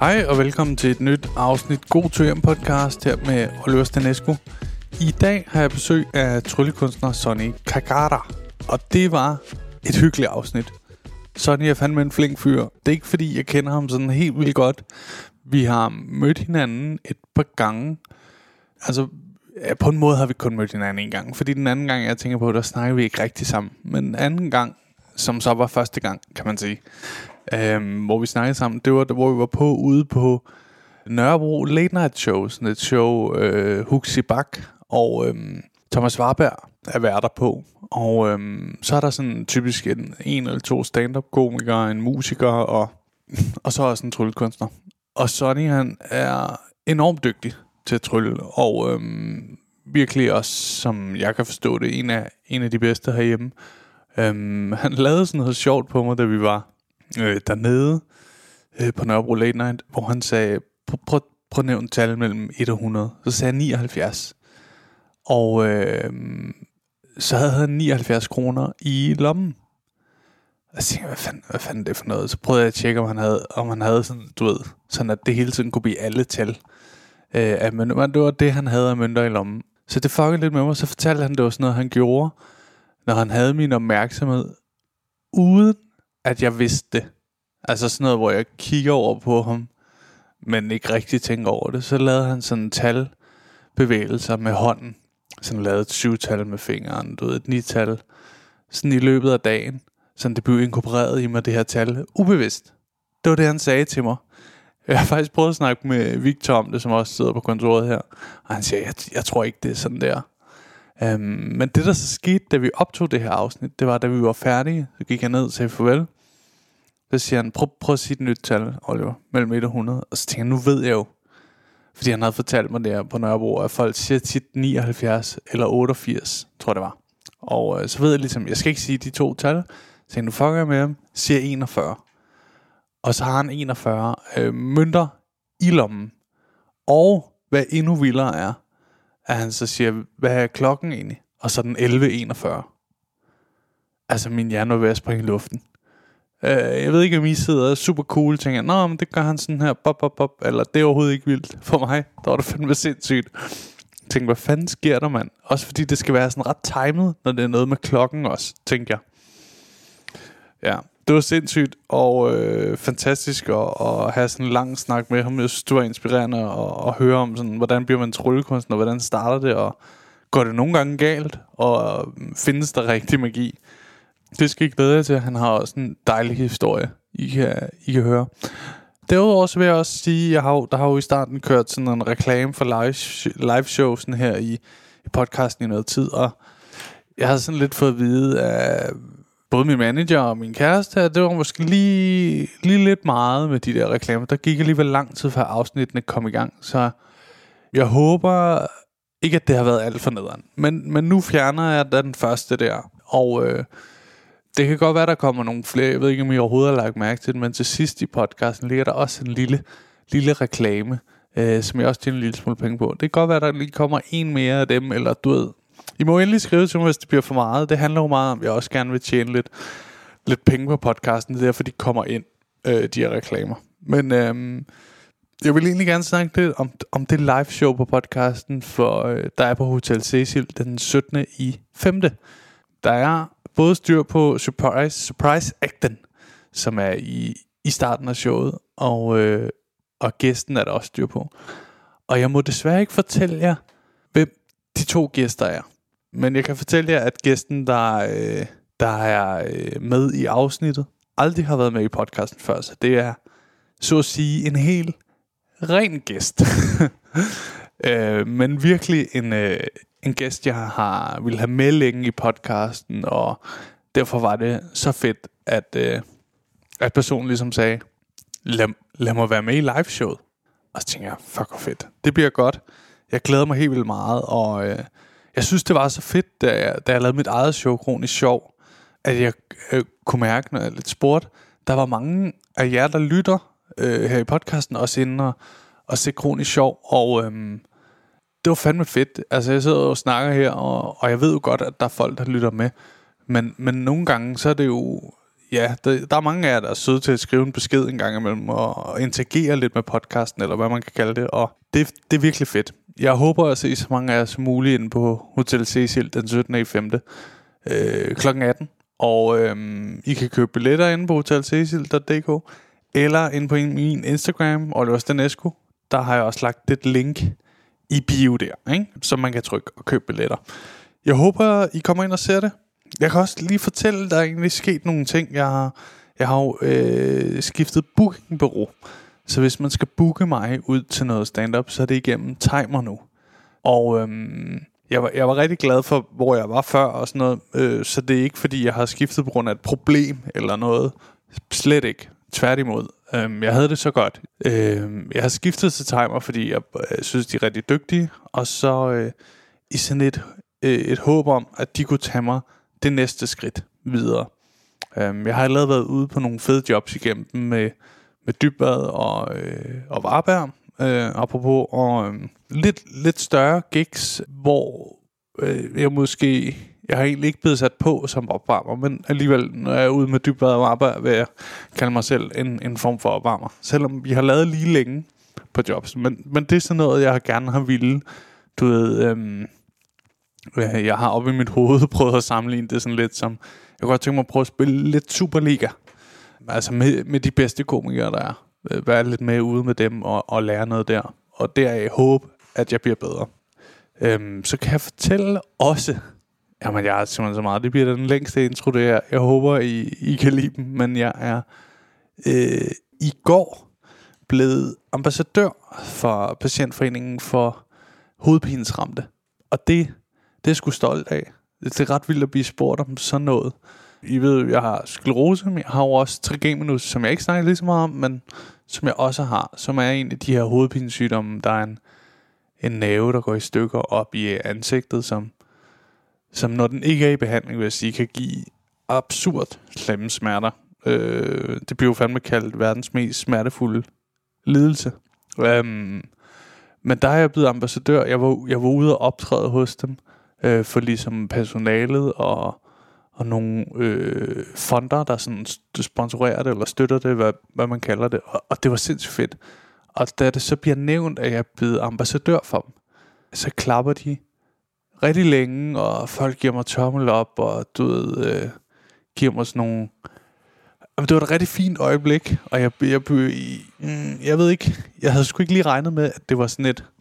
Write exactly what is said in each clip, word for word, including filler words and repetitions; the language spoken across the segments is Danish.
Hej og velkommen til et nyt afsnit God to hjem podcast her med Oliver Stanescu. I dag har jeg besøg af tryllekunstner Sonny Kagara, og det var et hyggeligt afsnit. Sonny er fandme en flink fyr. Det er ikke fordi jeg kender ham sådan helt vildt godt. Vi har mødt hinanden et par gange. Altså ja, på en måde har vi kun mødt hinanden en gang, fordi den anden gang jeg tænker på, der snakker vi ikke rigtig sammen. Men den anden gang, som så var første gang, kan man sige, Øhm, hvor vi snakkede sammen, det var der, hvor vi var på ude på Nørrebro Late Night Show, sådan et show, øh, Huxi Bak og øhm, Thomas Warberg er værter på, og øhm, så er der sådan typisk en, en eller to stand-up komikere, en musiker og, og så også en tryllekunstner. Og Sonny, han er enormt dygtig til at trylle, og øhm, virkelig også, som jeg kan forstå det, en af, en af de bedste herhjemme. Øhm, han lavede sådan noget sjovt på mig, da vi var Øh, dernede øh, på Nørrebro Late Night, hvor han sagde, prøv, prøv, prøv at nævne tal mellem et og hundrede. Så sagde jeg nioghalvfjerds. Og øh, så havde han nioghalvfjerds kroner i lommen. Og jeg tænkte, hvad fanden, hvad fanden er det for noget? Så prøvede jeg at tjekke, om han havde, om han havde sådan, du ved, sådan at det hele tiden kunne blive alle tal. Øh, at mønter, men det var det, han havde af mønter i lommen. Så det fuckede lidt med mig. Så fortalte han, det var sådan noget, han gjorde, når han havde min opmærksomhed, uden at jeg vidste det. Altså sådan noget, hvor jeg kigger over på ham, men ikke rigtig tænker over det. Så lavede han sådan talbevægelser med hånden. Sådan lavede et syvtal med fingeren, du ved, et nital. Sådan i løbet af dagen. Sådan det blev inkorporeret i mig, det her tal. Ubevidst. Det var det, han sagde til mig. Jeg har faktisk prøvet at snakke med Victor om det, som også sidder på kontoret her. Og han siger, jeg, jeg tror ikke, det er sådan der. Um, men det der så skete, da vi optog det her afsnit, det var, da vi var færdige, så gik jeg ned og sagde farvel. Så siger han, prøv, prøv at sige et nyt tal, Oliver, mellem et og hundrede. Og så tænker jeg, nu ved jeg jo, fordi han havde fortalt mig der på Nørrebro, at folk siger tit nioghalvfjerds eller otteogfirs, tror jeg det var. Og uh, så ved jeg ligesom, jeg skal ikke sige de to tal. Så tænker nu fucker jeg med ham, siger enogfyrre. Og så har han enogfyrre øh, mønter i lommen. Og hvad endnu vildere er, at han så siger, hvad er klokken egentlig? Og så den elleve enogfyrre. Altså min hjerne var ved at springe i luften. Uh, jeg ved ikke, om I sidder super cool og tænker, nå, men det gør han sådan her, bop, bop, bop. Eller det er overhovedet ikke vildt. For mig, der var det fandme sindssygt. Jeg tænkte, hvad fanden sker der, mand? Også fordi det skal være sådan ret timet, når det er noget med klokken også, tænker jeg. Ja, det var sindssygt og øh, fantastisk at, at have sådan en lang snak med ham. Jeg synes, det var inspirerende at, at høre om, sådan, hvordan bliver man tryllekunstner, hvordan starter det, og går det nogle gange galt, og findes der rigtig magi. Det skal I glæde jer til. Han har også en dejlig historie, I kan, I kan høre. Derudover så vil jeg også sige, at jeg har, der har jo i starten kørt sådan en reklame for live, live showsen her i, i podcasten i noget tid, og jeg har sådan lidt fået at vide af både min manager og min kæreste, at det var måske lige, lige lidt meget med de der reklamer. Der gik alligevel lang tid før afsnittene kom i gang, så jeg håber ikke, at det har været alt for nederen. Men, men nu fjerner jeg den første der, og øh, det kan godt være, der kommer nogle flere. Jeg ved ikke, om I overhovedet har lagt mærke til det, men til sidst i podcasten ligger der også en lille, lille reklame, øh, som jeg også tjener en lille smule penge på. Det kan godt være, der lige kommer en mere af dem, eller du ved. I må endelig skrive til mig, hvis det bliver for meget. Det handler jo meget om, at jeg også gerne vil tjene lidt, lidt penge på podcasten. Det er derfor, de kommer ind, øh, de her reklamer. Men øh, jeg vil egentlig gerne snakke lidt om, om det live show på podcasten, for øh, der er på Hotel Cecil den syttende i femte Der er både styr på Surprise, Surprise Acten, som er i, i starten af showet, og, øh, og gæsten er der også styr på. Og jeg må desværre ikke fortælle jer, hvem de to gæster er. Men jeg kan fortælle jer, at gæsten, der, øh, der er øh, med i afsnittet, aldrig har været med i podcasten før. Så det er, så at sige, en helt ren gæst. øh, men virkelig en, øh, en gæst, jeg har vil have med længe i podcasten. Og derfor var det så fedt, at, øh, at personen ligesom sagde, lad, lad mig være med i liveshowet. Og så tænkte jeg, fuck hvor fedt. Det bliver godt. Jeg glæder mig helt vildt meget, og øh, jeg synes, det var så fedt, da jeg, da jeg lavede mit eget show, Kronisk Sjov, at jeg øh, kunne mærke, når jeg lidt spurgte, der var mange af jer, der lytter øh, her i podcasten, også inde og, og se Kronisk Sjov, og øh, det var fandme fedt. Altså, jeg sidder og snakker her, og, og jeg ved jo godt, at der er folk, der lytter med, men, men nogle gange, så er det jo ja, der, der er mange af jer, der er søde til at skrive en besked en gang imellem, og, og interagere lidt med podcasten, eller hvad man kan kalde det, og det, det er virkelig fedt. Jeg håber at se så mange af jer som muligt inde på Hotel Cecil den syttende femte øh, klokken atten. Og øhm, I kan købe billetter inde på hotel cecil punktum d k eller inde på min Instagram, Oliver Stanescu. Der har jeg også lagt et link i bio der, ikke? Så man kan trykke og købe billetter. Jeg håber, I kommer ind og ser det. Jeg kan også lige fortælle, der er egentlig sket nogle ting. Jeg har, jeg har jo øh, skiftet bookingbureau. Så hvis man skal booke mig ud til noget stand-up, så er det igennem Timer nu. Og øhm, jeg, var, jeg var rigtig glad for, hvor jeg var før og sådan noget. Øh, så det er ikke, fordi jeg har skiftet på grund af et problem eller noget. Slet ikke. Tværtimod. Øhm, jeg havde det så godt. Øhm, jeg har skiftet til Timer, fordi jeg øh, synes, de er rigtig dygtige. Og så øh, i sådan et, øh, et håb om, at de kunne tage mig det næste skridt videre. Øhm, jeg har allerede været ude på nogle fede jobs igennem dem med, med Dybvad og, øh, og Varberg. Øh, apropos og øh, lidt, lidt større gigs, hvor øh, jeg måske... Jeg har egentlig ikke blevet sat på som opvarmer, men alligevel, når jeg er ude med Dybvad og Varberg, vil jeg kalde mig selv en, en form for opvarmer. Selvom vi har lavet lige længe på jobs. Men, men det er sådan noget, jeg gerne har ville. Du ved, øhm, jeg har oppe i mit hoved prøvet at sammenligne det sådan lidt som... Jeg kunne godt tænke mig at prøve at spille lidt Superliga. Altså med, med de bedste komikere, der er. Være lidt med ude med dem og, og lære noget der. Og deraf håbe, at jeg bliver bedre. Øhm, så kan jeg fortælle også... Jamen, jeg er simpelthen så meget. Det bliver den længste intro, det her. Jeg håber, I, I kan lide dem. Men jeg er øh, i går blevet ambassadør for Patientforeningen for hovedpinesramte. Og det, det er jeg sgu stolt af. Det er ret vildt at blive spurgt om sådan noget. I ved, jeg har sklerose, men jeg har jo også trigeminus, som jeg ikke snakker lige så meget om, men som jeg også har. Som er en af de her hovedpinesygdomme. Der er en, en nerve, der går i stykker op i ansigtet, som... som når den ikke er i behandling, vil jeg sige, kan give absurd slemme smerter. Øh, det bliver jo fandme kaldt verdens mest smertefulde lidelse. Um, men der er jeg blevet ambassadør. Jeg var, jeg var ude og optræde hos dem, øh, for ligesom personalet og, og nogle øh, fonder, der sådan sponsorerer det, eller støtter det, hvad, hvad man kalder det. Og, og det var sindssygt fedt. Og da det så bliver nævnt, at jeg er blevet ambassadør for dem, så klapper de rigtig længe, og folk giver mig tommel op, og du ved, øh, giver mig sådan nogle... Jamen, det var et rigtig fint øjeblik, og jeg, jeg, jeg, jeg ved ikke, jeg havde sgu ikke lige regnet med, at det var sådan et...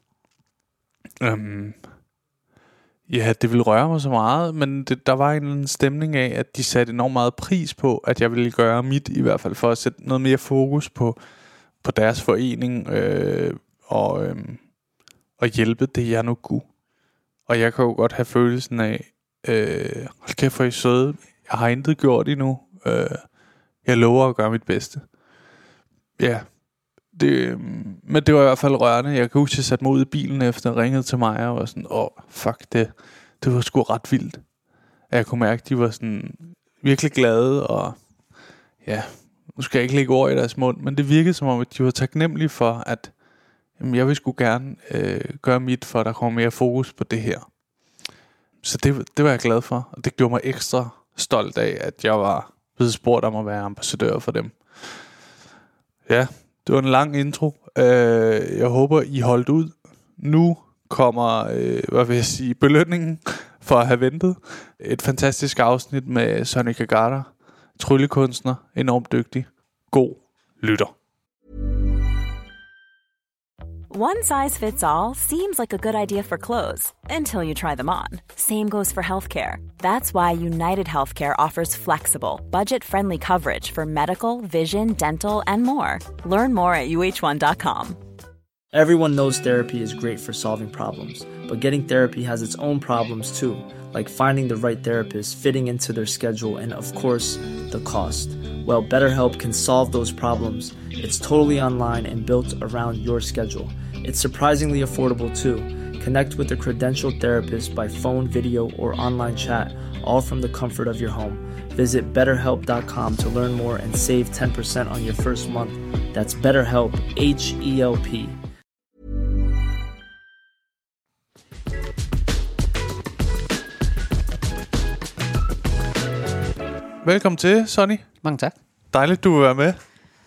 Øhm, ja, det ville røre mig så meget, men det, der var en eller anden stemning af, at de satte enormt meget pris på, at jeg ville gøre mit, i hvert fald for at sætte noget mere fokus på, på deres forening, øh, og, øh, og hjælpe det, jeg nu kunne. Og jeg kan jo godt have følelsen af, øh, hold kæft, hvor I søde. Jeg har intet gjort endnu. Øh, jeg lover at gøre mit bedste. Ja, det, men det var i hvert fald rørende. Jeg kan huske, at jeg satte mig ud i bilen efter, ringede til mig og var sådan, åh, oh, fuck det. Det var sgu ret vildt. Jeg kunne mærke, at de var sådan virkelig glade, og ja, nu skal jeg ikke lægge ord i deres mund, men det virkede som om, at de var taknemmelige for, at jamen, jeg vil sgu gerne øh, gøre mit, for at der kommer mere fokus på det her. Så det, det var jeg glad for, og det gjorde mig ekstra stolt af, at jeg var blevet spurgt om at være ambassadør for dem. Ja, det var en lang intro. Øh, jeg håber, I holdt ud. Nu kommer, øh, hvad vil jeg sige, belønningen for at have ventet. Et fantastisk afsnit med Sonny Kagara, tryllekunstner, enormt dygtig. God lytter. One size fits all seems like a good idea for clothes until you try them on. Same goes for healthcare. That's why United Healthcare offers flexible, budget-friendly coverage for medical, vision, dental, and more. Learn more at U H one dot com. Everyone knows therapy is great for solving problems, but getting therapy has its own problems too, like finding the right therapist, fitting into their schedule, and of course, the cost. Well, BetterHelp can solve those problems. It's totally online and built around your schedule. It's surprisingly affordable too. Connect with a credentialed therapist by phone, video, or online chat, all from the comfort of your home. Visit better help dot com to learn more and save ten percent on your first month. That's BetterHelp, H E L P. Velkommen til, Sonny. Mange tak. Dejligt, du vil være med.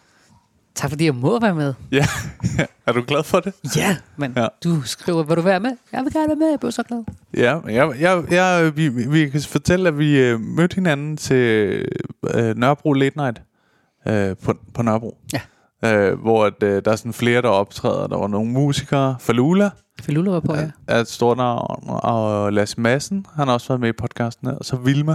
Tak fordi jeg må være med. Ja, er du glad for det? Ja, men ja. Du skriver, vil du være med? Jeg vil gerne være med, jeg bliver så glad. Ja, jeg, jeg, jeg, vi, vi kan fortælle, at vi øh, mødte hinanden til øh, Nørrebro Late Night øh, på, på Nørrebro. Ja. Øh, hvor at, øh, der er sådan flere, der optræder. Der var nogle musikere. Falula. Falula var på, ja. Er et stort navn. Og Lasse Madsen, han har også været med i podcasten her. Og så Vilma.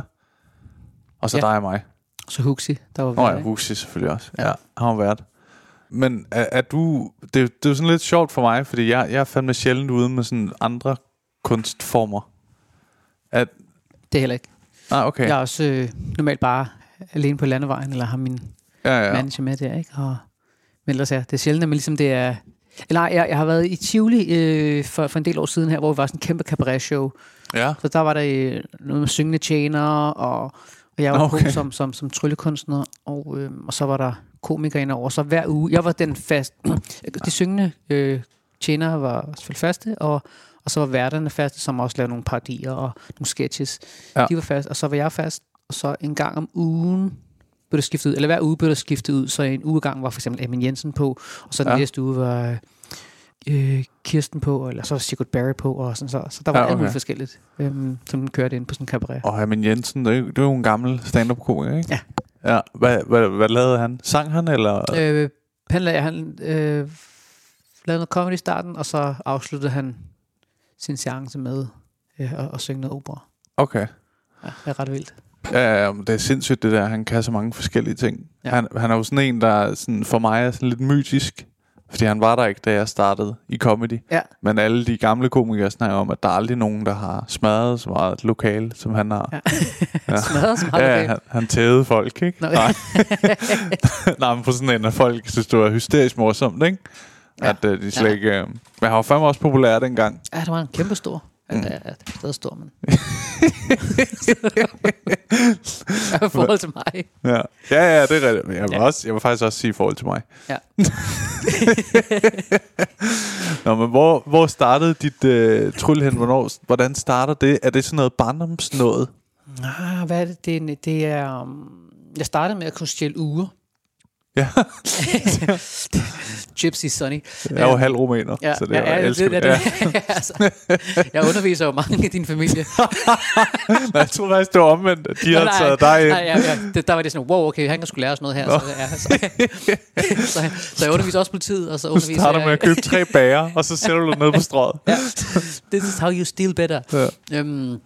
Og så ja. dig og mig. Så Huxi, der var Nå ja, Huxi selvfølgelig også. Ja, ja han har været. Men er, er du... Det, det er jo sådan lidt sjovt for mig, fordi jeg, jeg er fandme sjældent ude med sådan andre kunstformer. At, det er heller ikke. Ah, okay. Jeg er også øh, normalt bare alene på landevejen, eller har min ja, ja. manager med der, ikke? Og, men ellers er det er sjældent, men ligesom det er... Eller jeg, jeg har været i Tivoli øh, for, for en del år siden her, hvor vi var sådan en kæmpe cabaret-show. Ja. Så der var der øh, noget med syngende tjenere, og, og jeg var okay. på som, som, som tryllekunstner, og, øh, og så var der komikere ind over. Så hver uge, jeg var den fast... de syngende øh, tjenere var selvfølgelig faste, og, og så var værterne faste, som også lavede nogle parodier og nogle sketches. Ja. De var fast, og så var jeg fast, og så en gang om ugen blev det skiftet ud, eller hver uge blev det skiftet ud, så en ugegang var for eksempel Amin Jensen på, og så den ja. næste uge var øh, Kirsten på, eller så var Sigurd Barry på, og sådan så. Så der var ja, okay. alt muligt forskelligt, øhm, som den kørte ind på sådan en cabaret. Og Amin Jensen, det er, det er jo en gammel stand-up-komiker, ikke? Ja. Ja. Hvad, hvad, hvad lavede han? Sang han, eller? Øh, han lavede, han, øh, lavede noget comedy i starten, og så afsluttede han sin seance med øh, at, at synge noget opera. Okay. Ja, det er ret vildt. Ja, ja, det er sindssygt det der. Han kan så mange forskellige ting. Ja. Han, han er jo sådan en, der sådan, for mig er sådan lidt mytisk. Fordi han var der ikke, da jeg startede i comedy. Ja. Men alle de gamle komikere snakker om, at der er aldrig nogen, der har smadret så meget et lokale, som han har. Ja. Ja. Smadret så meget ja, lokale? han, han tævede folk, ikke? Nå. Nej. Nej, men på sådan en, at folk synes, det var hysterisk morsomt, ikke? Ja. At uh, de slet ja. ikke... Uh, men han var fandme også populær dengang. Ja, det var en kæmpe stor. Mm. Ja, det er stadig stor, men... I forhold til mig. Ja, ja, ja det er rigtigt. Jeg vil, ja. også, jeg vil faktisk også sige i forhold til mig. Ja. Nå, men hvor, hvor startede dit øh, trylle hen? Hvornår, hvordan starter det? Er det sådan noget barndomsnået? Ah, hvad er det? Det, det er... Um, jeg startede med at kunne stjæle uger. Ja. Gypsy Sonny. Jeg er jo halv rumæner, ja, så det ja, er ja, jeg elsker. Det, det, det. Ja. Altså, jeg underviser jo mange i din familie. Nej, jeg tror faktisk, det var omvendt. De har taget dig ind. Nej, ja, ja. Det, der var det sådan, wow, okay, han kan sgu lære os noget her. Så, ja, så, så, så jeg underviser også politiet, og så underviser jeg... Du starter med at købe tre bager, og så sætter du ned på strøget. Ja. This is how you steal better. Ja. Um,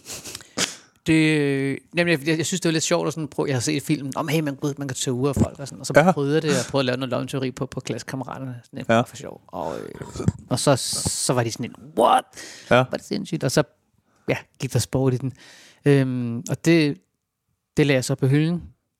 Det, nemlig, jeg, jeg synes, det var lidt sjovt at sådan prøve. Jeg har set filmen om, hey, man, man kan tage uger af folk og sådan, og så ja. prøvede jeg det, og prøvede at lave noget løgnteori på, på klassekammeraterne, sådan ja. for sjov. Og, øh, og så, så var de sådan en, what? Ja. Var det sindssygt? Og så ja, gik der sport i den. Øhm, og det, det lagde jeg så på hylden.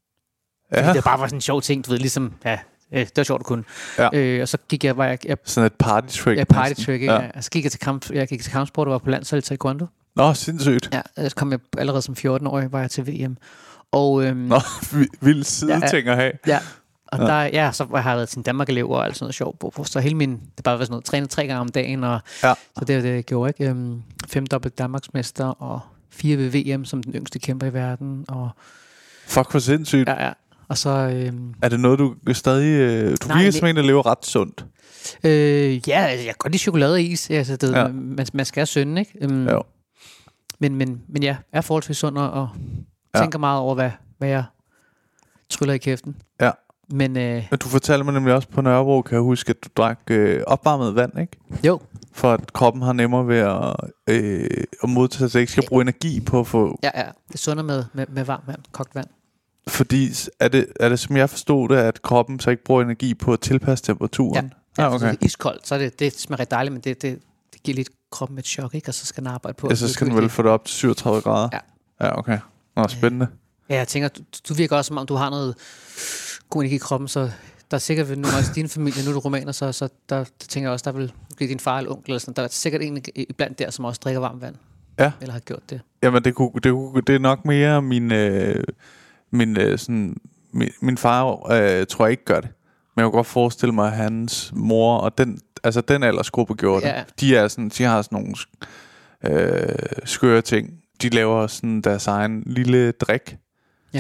Ja. Det bare var sådan en sjov ting, du ved, ligesom, ja, det var sjovt at kunne. Ja. Øh, og så gik jeg, var jeg, jeg sådan et party trick. Ja, party trick, ja. ja. Og så gik jeg til kamp, jeg gik til kampsport og var på landshold i taekwondo. Nå, sindssygt. Ja, så kom jeg allerede som fjorten-årig, var jeg til V M. Og, øhm, Nå, vild sideting at have. Ja, og ja. Der, ja, så har jeg været til en Danmark-elev og alt sådan noget sjovt. Så hele min, det bare var sådan noget, trænet tre gange om dagen, og ja. Så det var det, jeg gjorde, ikke? Øhm, femdobbelt Danmarksmester, og fire ved V M som den yngste kæmper i verden, og... Fuck, hvor sindssygt. Ja, ja. Og så... Øhm, er det noget, du stadig... Øh, du virker som en, der lever ret sundt. Øh, ja, jeg kan godt lide chokolade og is. Altså, det, ja. man, man skal have sønne, ikke? Um, jo. Men, men, men ja, jeg er forholdsvis sund og ja. tænker meget over, hvad, hvad jeg tryller i kæften. Ja. Men, øh, men du fortalte mig nemlig også på Nørrebro, kan jeg huske, at du drak øh, opvarmet vand, ikke? Jo. For at kroppen har nemmere ved at, øh, at modtage, så ikke skal bruge energi på at få... Ja, ja. Det sunder med, med, med varmt vand, kogt vand. Fordi er det, er det, som jeg forstod det, at kroppen så ikke bruger energi på at tilpasse temperaturen? Ja, ja, ja okay. Det er iskoldt, så det, det smager rigtig dejligt, men det, det, det giver lidt kroppen et chok, ikke? Og så skal den arbejde på... Ja, så skal den vel få det op til syvogtredive grader? Ja. Ja, okay. Nå, spændende. Ja, jeg tænker, du, du virker også som om, du har noget god energi i kroppen, så der er sikkert ved nogle af din familie, nu er du rumæner, så, så der, der tænker jeg også, der vil blive din far eller onkel, eller sådan, der er sikkert en iblandt der, som også drikker varmt vand. Ja. Eller har gjort det. Jamen, det, kunne, det, kunne, det er nok mere min... Øh, min, øh, sådan, min, min far øh, tror jeg ikke gør det. Men jeg kan godt forestille mig, at hans mor og den, altså den aldersgruppe gjorde ja. det. De, er sådan, de har sådan nogle øh, skøre ting. De laver sådan deres egen lille drik. Ja.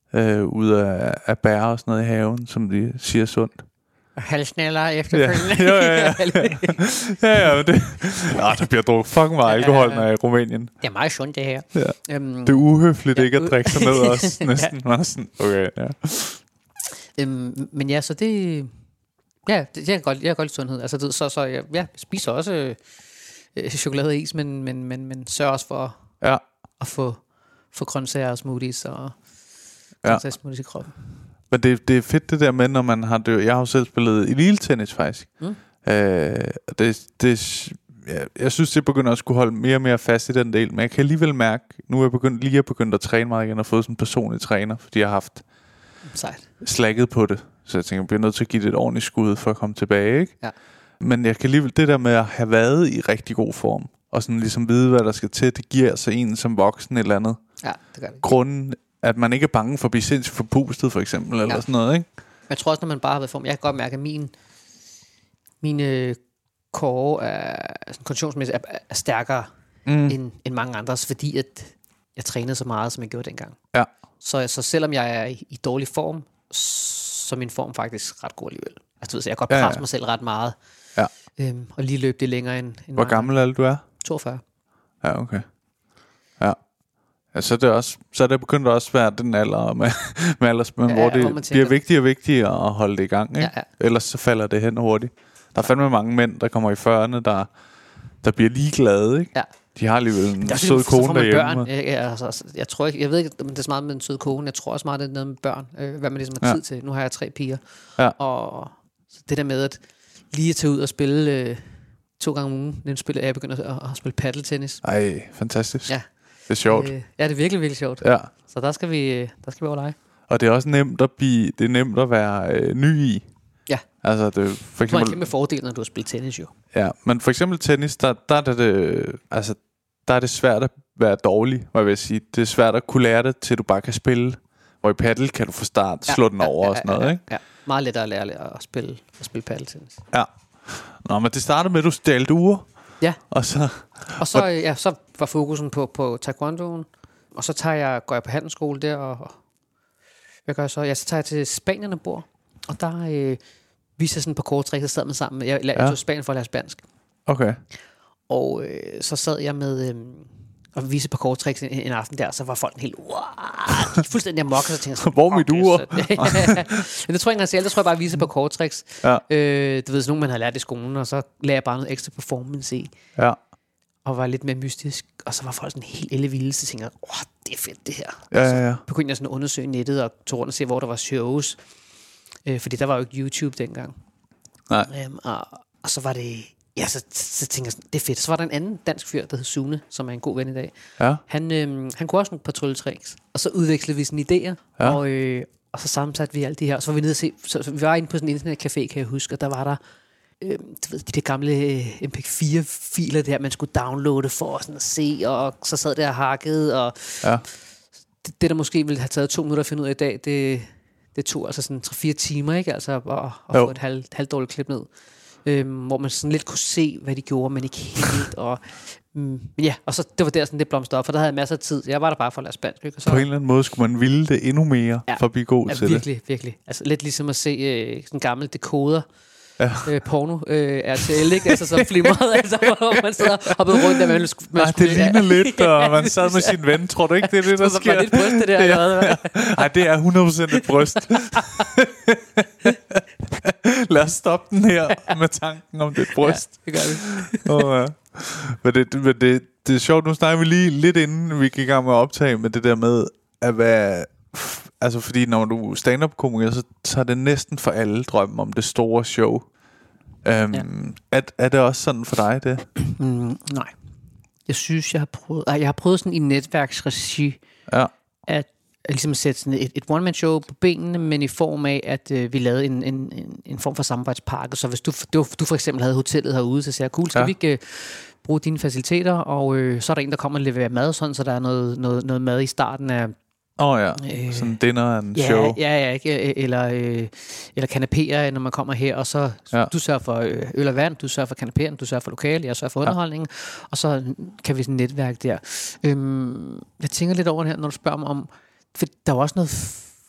øh, ud af, af bær og sådan noget i haven, som de siger sundt. Halsnæller efterfølgende. Ja, ja, ja. ja, ja, det, ja, der bliver drukket fucking meget alkohol ja, ja. i Rumænien. Det er meget sundt, det her. Ja. Um, det er uhøfligt ja, ikke at drikke sig ned også, næsten. ja. Sådan, okay, ja. Um, men ja, så det... Ja, det, jeg kan godt, jeg kan godt lide sundhed. Altså, det, så, så jeg ja, spiser også øh, chokolade og is, men, men, men, men sørger også for ja. at få, få grøntsager og smoothies og grøntsager ja. smoothies i kroppen. Men det, det er fedt det der med, når man har det. Jeg har jo selv spillet elite-tennis faktisk. Mm. Øh, det, det, ja, jeg synes, det begynder at skulle holde mere og mere fast i den del. Men jeg kan alligevel mærke, nu er jeg begyndt, lige at begyndt at træne meget igen og fået sådan en personlig træner, fordi jeg har haft Sejt. slækket på det. Så jeg tænker, jeg bliver nødt til at give det et ordentligt skud for at komme tilbage, ikke? Ja. Men jeg kan alligevel, det der med at have været i rigtig god form, og sådan ligesom vide, hvad der skal til, det giver altså en som voksen et eller andet. Ja, det gør det. Grunden, at man ikke er bange for at blive sindssygt forpustet, for eksempel, eller ja. sådan noget, ikke? Men jeg tror også, når man bare har været i form, jeg kan godt mærke, at min, mine kåre er, sådan konditionsmæssigt er, er stærkere mm. end, end mange andres, fordi at jeg trænede så meget, som jeg gjorde dengang. Ja. Så, så selvom jeg er i, i dårlig form, så er min form faktisk ret god alligevel. Altså, du ved, så jeg kan godt presse ja, ja. mig selv ret meget. Ja. Øhm, og lige løbe det længere end, end Hvor gammel er du er? toogfyrre. Ja, okay. Ja. Ja, så er det også, så er det begyndt også at være den alder med, med aldersmænd, ja, hvor det hvor bliver vigtigere og vigtigere at holde det i gang, ikke? Ja, ja. Ellers så falder det hen hurtigt. Der er fandme mange mænd, der kommer i fyrrerne, der, der bliver ligeglade, ikke? Ja. De har alligevel en sød kone derhjemme. Jeg, jeg, altså, jeg tror ikke, jeg ved ikke, om det er så meget med en sød kone. Jeg tror også meget, det er noget med børn. Øh, hvad man ligesom har tid ja. til. Nu har jeg tre piger. Ja. Og så det der med at lige at tage ud og spille øh, to gange om ugen. Den spiller, jeg begynder at, at spille paddeltennis. Ej, fantastisk. Ja. Det er sjovt. Øh, ja, det er virkelig, virkelig sjovt. Ja. Så der skal vi, der skal vi over lege. Og det er også nemt at blive, det er nemt at være øh, ny i. Ja. Altså det for eksempel, det er en kæmpe fordel, når du har spillet tennis jo. Ja, men for eksempel tennis, der, der er det, altså der er det svært at være dårlig, hvad jeg vil sige. Det er svært at kunne lære det, til du bare kan spille. Hvor i paddle kan du få start, ja, slå den over ja, ja, og sådan noget, ja, ja, ikke? Ja, meget lettere at lære at spille, at spille paddeltennis. Ja. Nå, men det startede med, at du stjal uger. Ja. Og så, og så, ja, så var fokusen på, på taekwondoen. Og så tager jeg, går jeg på handelsskole der, og hvad gør jeg så? Ja, så tager jeg til Spanien og bor. Og der øh, viser sådan på korttræk, så sad man sammen. Jeg lærte ja. Spanien for at lære spansk. Okay. Og øh, så sad jeg med... Øh, og vise på korttræk en, en aften der, så var folk helt wow, fuldstændig amok, og så tænkte jeg sådan, hvor er mit ur? Men det tror jeg ikke engang selv, det tror jeg bare vise på korttræks. Ja. Øh, du ved, sådan nogen man har lært i skolen, og så lagde jeg bare noget ekstra performance i. Ja. Og var lidt mere mystisk, og så var folk sådan helt ellevilde, så tænkte jeg, åh, oh, det er fedt det her. Ja, ja, ja. Så begyndte jeg sådan at undersøge nettet, og tog rundt og se, hvor der var shows. Øh, fordi der var jo ikke YouTube dengang. Nej. Øhm, og, og så var det... Ja, så, så tænkte jeg sådan, det er fedt. Så var der en anden dansk fyr, der hed Sune, som er en god ven i dag. Ja. Han, øhm, han kunne også nogle patruljetricks. Og så udvekslede vi sådan idéer. Ja. Og, øh, og så sammensatte vi alt det her. Og så var vi nede og se, så, så vi var inde på sådan en internetcafé, kan jeg huske. Og der var der øh, du ved, de der gamle øh, M P fire filer der, man skulle downloade for sådan at se. Og så sad der og hakkede. Og ja. det, det, der måske ville have taget to minutter at finde ud af i dag, det, det tog altså sådan tre fire timer, ikke? Altså at, at få et halv, halvdårligt klip ned. Øhm, hvor man sådan lidt kunne se, hvad de gjorde, men ikke helt. Og, mm, ja, og så det var der sådan det blomstrede op, for der havde jeg masser af tid. Jeg var der bare for at lære spansk. Og så, på en eller anden måde skulle man ville det endnu mere, ja, for at blive god ja, til virkelig, det. Virkelig, virkelig. Altså lidt ligesom at se øh, sådan en gammel dekoder. Ja. Øh, porno øh, R T L, ikke? Altså så flimrede, altså hvor man sidder og hoppede rundt der, man, man skulle, Ej, det ligner ja. lidt, og man sad med sin ven. Tror du ikke, det er det, der sker? Det var lidt bryst, det der. Ja. Ej, det er hundrede procent et bryst. Lad os stoppe den her med tanken om det bryst. Ja, det gør vi. oh, ja. Men, det, men det, det er sjovt, nu snakker vi lige lidt inden vi gik i gang med at optage med det der med at være... Altså fordi når du stand-up-komiker, så tager det næsten for alle drømmen om det store show. Um, ja. er, er det også sådan for dig, det? Mm, nej. Jeg synes, jeg har prøvet... Jeg har prøvet sådan i netværksregi, ja. at ligesom sætte sådan et, et one-man-show på benene, men i form af, at øh, vi lavede en, en, en, en form for samarbejdspakke. Så hvis du, du, du for eksempel havde hotellet herude, så siger jeg, cool, skal ja. vi ikke øh, bruge dine faciliteter? Og øh, så er der en, der kommer og leverer mad, sådan, så der er noget, noget, noget mad i starten af... Åh oh, ja, øh, sådan dinner and ja, show. Ja, ja, ikke? Eller, øh, eller kanapéer, når man kommer her, og så ja. du sørger for øl og vand, du sørger for kanapéen, du sørger for lokale, jeg sørger for underholdningen, ja. og så kan vi sådan netværk der. Øhm, jeg tænker lidt over det her, når du spørger mig om, for der er også noget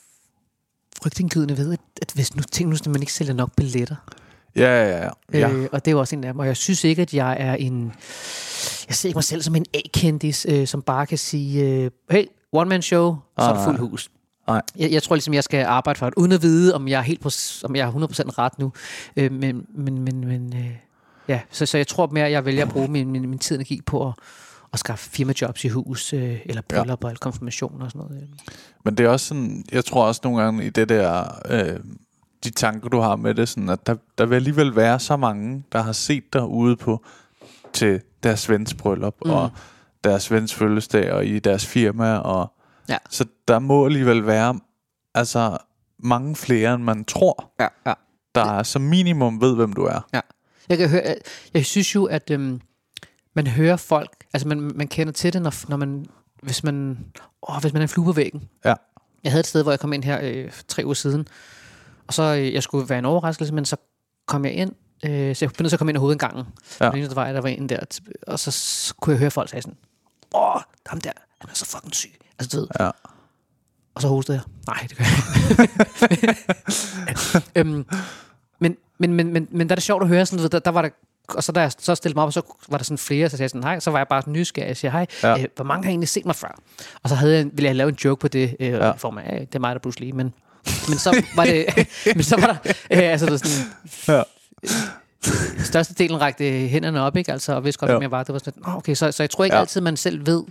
frygtindgydende ved, at, at hvis nu tænker nu, at man ikke sælger nok billetter. Ja, ja, ja. ja. Øh, og det er jo også en af dem. Og jeg synes ikke, at jeg er en... Jeg ser ikke mig selv som en A-kendis, øh, som bare kan sige, øh, hey, one-man-show, så er det fuld hus. Nej. Jeg, jeg tror ligesom, jeg skal arbejde for det, uden at vide, om jeg er, helt på, om jeg er hundrede procent ret nu. Øh, men men, men, men øh, ja, så, så jeg tror mere, at jeg vælger at bruge min, min, min tid og energi på at, at skaffe firmajobs i hus, øh, eller bryllup ja. eller konfirmation og sådan noget. Men det er også sådan, jeg tror også nogle gange i det der... Øh, de tanker, du har med det, sådan at der, der vil alligevel være så mange, der har set dig ude på til deres vens bryllup, mm. og deres vens fødselsdag, og i deres firma, og ja. så der må alligevel være altså mange flere, end man tror, ja, ja. der er som minimum ved, hvem du er. Ja. Jeg kan høre, jeg synes jo, at øhm, man hører folk, altså man, man kender til det, når, når man, hvis man, åh, hvis man er en flue på væggen. Ja. Jeg havde et sted, hvor jeg kom ind her øh, tre uger siden, og så øh, jeg skulle være en overraskelse, men så kom jeg ind, øh, så jeg blev nødt til at komme ind i hovedindgangen. Ja. Og der var, der var en der, og så, så kunne jeg høre folk sige sådan, åh, ham der, han er så fucking syg. Altså, du ved. Ja. Og så hostede jeg. Nej, det gør jeg ikke. øhm, men, men, men, men, men der er det sjovt at høre, sådan, der, der var der, og så da jeg så stillede mig op, og så var der sådan flere, så sagde jeg sådan, hej, så var jeg bare sådan nysgerrig, jeg siger, hej, ja. øh, hvor mange har egentlig set mig før? Og så havde jeg, ville jeg lave en joke på det, øh, ja. i form af, det er mig, der er Bruce Lee, men Men så var det, men så var der, øh, altså det sådan, ja. øh, størstedelen rakte hænderne op, ikke? Altså, og vidste godt, hvem jeg var. Det var sådan, oh, okay, så, så jeg tror ikke ja. altid, man selv ved,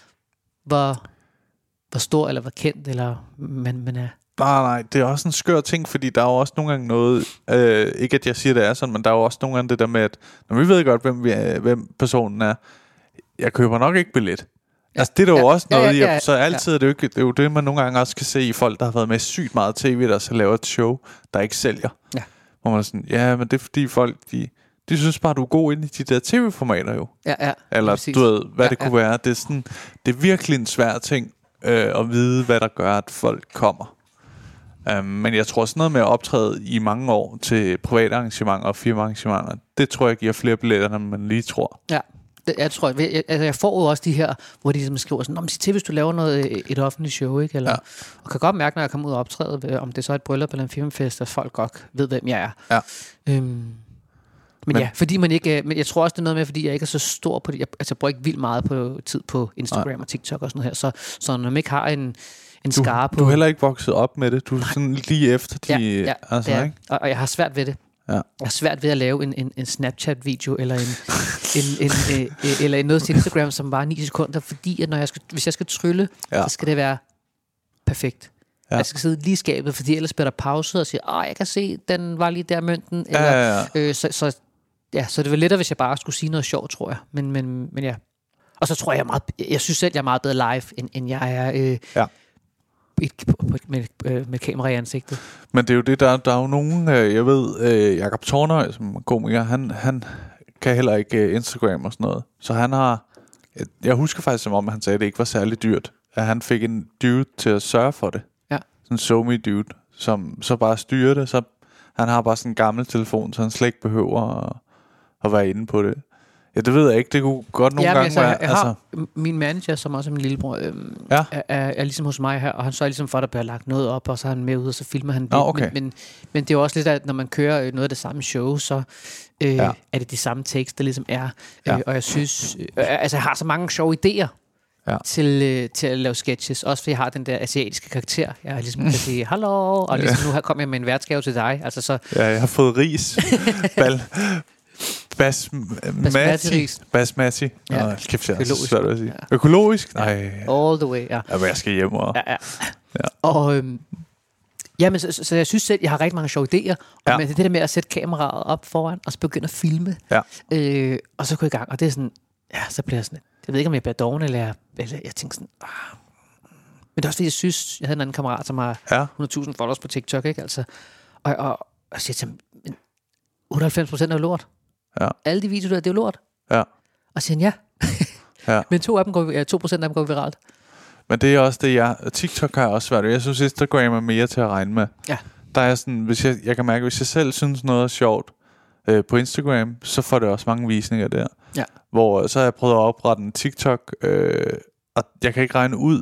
hvor, hvor stor eller hvor kendt, eller man, man er. Nej, nej, det er også en skør ting, fordi der er jo også nogle gange noget, øh, ikke at jeg siger, det er sådan, men der er jo også nogle gange det der med, at når vi ved godt, hvem, vi er, hvem personen er, jeg køber nok ikke billet. Ja. Altså det er der jo ja. også noget ja, ja, ja, ja. i, så altid ja. er det jo ikke, det er jo det, man nogle gange også kan se i folk, der har været med sygt meget tv, der så laver et show, der ikke sælger. Ja. Hvor man er sådan, ja, men det er fordi folk, de, de synes bare, du er god inde i de der tv-formater jo. Ja, ja. Eller præcis. Du ved, hvad ja, det ja. kunne være. Det er, sådan, det er virkelig en svær ting øh, at vide, hvad der gør, at folk kommer. Um, men jeg tror sådan noget med at optræde i mange år til private arrangementer og firmaarrangementer, det tror jeg giver flere billetter, end man lige tror. Ja. Jeg tror, jeg, jeg, altså jeg får jo også de her, hvor de ligesom skriver sådan, nå, men sig til, hvis du laver noget, et offentligt show, ikke? Eller, ja. Og kan godt mærke, når jeg kommer ud og optræde, om det så er et bryllup eller en firmafest, at folk godt ved, hvem jeg er. Ja. Øhm, men, men ja, fordi man ikke, men jeg tror også, det er noget med, fordi jeg ikke er så stor på det, jeg, altså jeg bruger ikke vildt meget på tid på Instagram Nej. og TikTok og sådan noget her, så, så når man ikke har en, en du, skare på... Du er heller ikke vokset op med det, du er sådan lige efter de... Ja, ja altså, det er, ikke? Og, og jeg har svært ved det. Ja. Jeg har svært ved at lave en, en, en Snapchat-video eller en, en, en, en, en eller noget til Instagram, som var ni sekunder, fordi at når jeg skal, hvis jeg skal trylle, ja. så skal det være perfekt. Ja. Jeg skal sidde lige i skabet, fordi ellers bliver der pause og siger, åh, jeg kan se, den var lige der mønten. Eller, ja, ja, ja. Øh, så, så, ja, så det var lettere, hvis jeg bare skulle sige noget sjovt, tror jeg. Men, men, men ja. Og så tror jeg, jeg, meget, jeg synes selv, jeg er meget bedre live, end, end jeg er... Øh, ja. Med, med kamera i ansigtet. Men det er jo det, der, der er jo nogen, jeg ved, øh, Jakob Tornøj, som er komiker, han, han kan heller ikke Instagram og sådan noget. Så han har, jeg husker faktisk som om, han sagde, at det ikke var særlig dyrt, at han fik en dude til at sørge for det. Ja. Sådan en SoMe dude, som så bare styrer det. Så han har bare sådan en gammel telefon, så han slet ikke behøver at, at være inde på det. Ja, det ved jeg ikke. Det kunne godt nogle ja, gange altså, være... Jeg, jeg altså... har min manager, som også er min lillebror, øhm, ja. er, er, er ligesom hos mig her, og han så er ligesom for, at der bliver lagt noget op, og så er han med ud, og så filmer han det. Oh, okay. men, men, men det er jo også lidt, at når man kører noget af det samme show, så øh, ja. er det de samme tekster, der ligesom er. Ja. Øh, og jeg synes... Øh, altså, jeg har så mange sjove idéer ja. til, øh, til at lave sketches. Også fordi jeg har den der asiatiske karakter. Jeg ligesom kan sige, hallo, og ligesom ja. nu her kommer jeg med en værtsgave til dig. Altså, så... Ja, jeg har fået ris. Bal... Bas, basmati. Basmati. Ja. Nå, kæft, jeg er så svært at sige. Ja. Økologisk? Nej. All the way, ja. Ja, men jeg skal hjem og... Ja, ja. ja. Og, øhm, jamen, så, så, så jeg synes selv, jeg har rigtig mange sjove idéer. Og ja. men det der med at sætte kameraet op foran, og så begynde at filme. Ja. Øh, og så gå i gang. Og det er sådan... Ja, så bliver jeg sådan... Jeg ved ikke, om jeg bliver doven, eller jeg, eller jeg tænker sådan... Ah. Men det er også fordi, jeg synes... Jeg havde en anden kammerat, som har ja. hundrede tusind followers på TikTok, ikke? Altså, og, og, og jeg siger til ham... otteoghalvfems procent er lort. Ja. Alle de videoer der, det er jo lort. Ja. Og siger ja. ja. Men to af dem går, ja, to procent af dem går viralt. Men det er også det, jeg... TikTok har også svært. Jeg synes, Instagram er mere til at regne med. Ja. Der er sådan... Hvis jeg, jeg kan mærke, hvis jeg selv synes noget er sjovt øh, på Instagram, så får det også mange visninger der. Ja. Hvor så har jeg prøvet at oprette en TikTok, øh, og jeg kan ikke regne ud,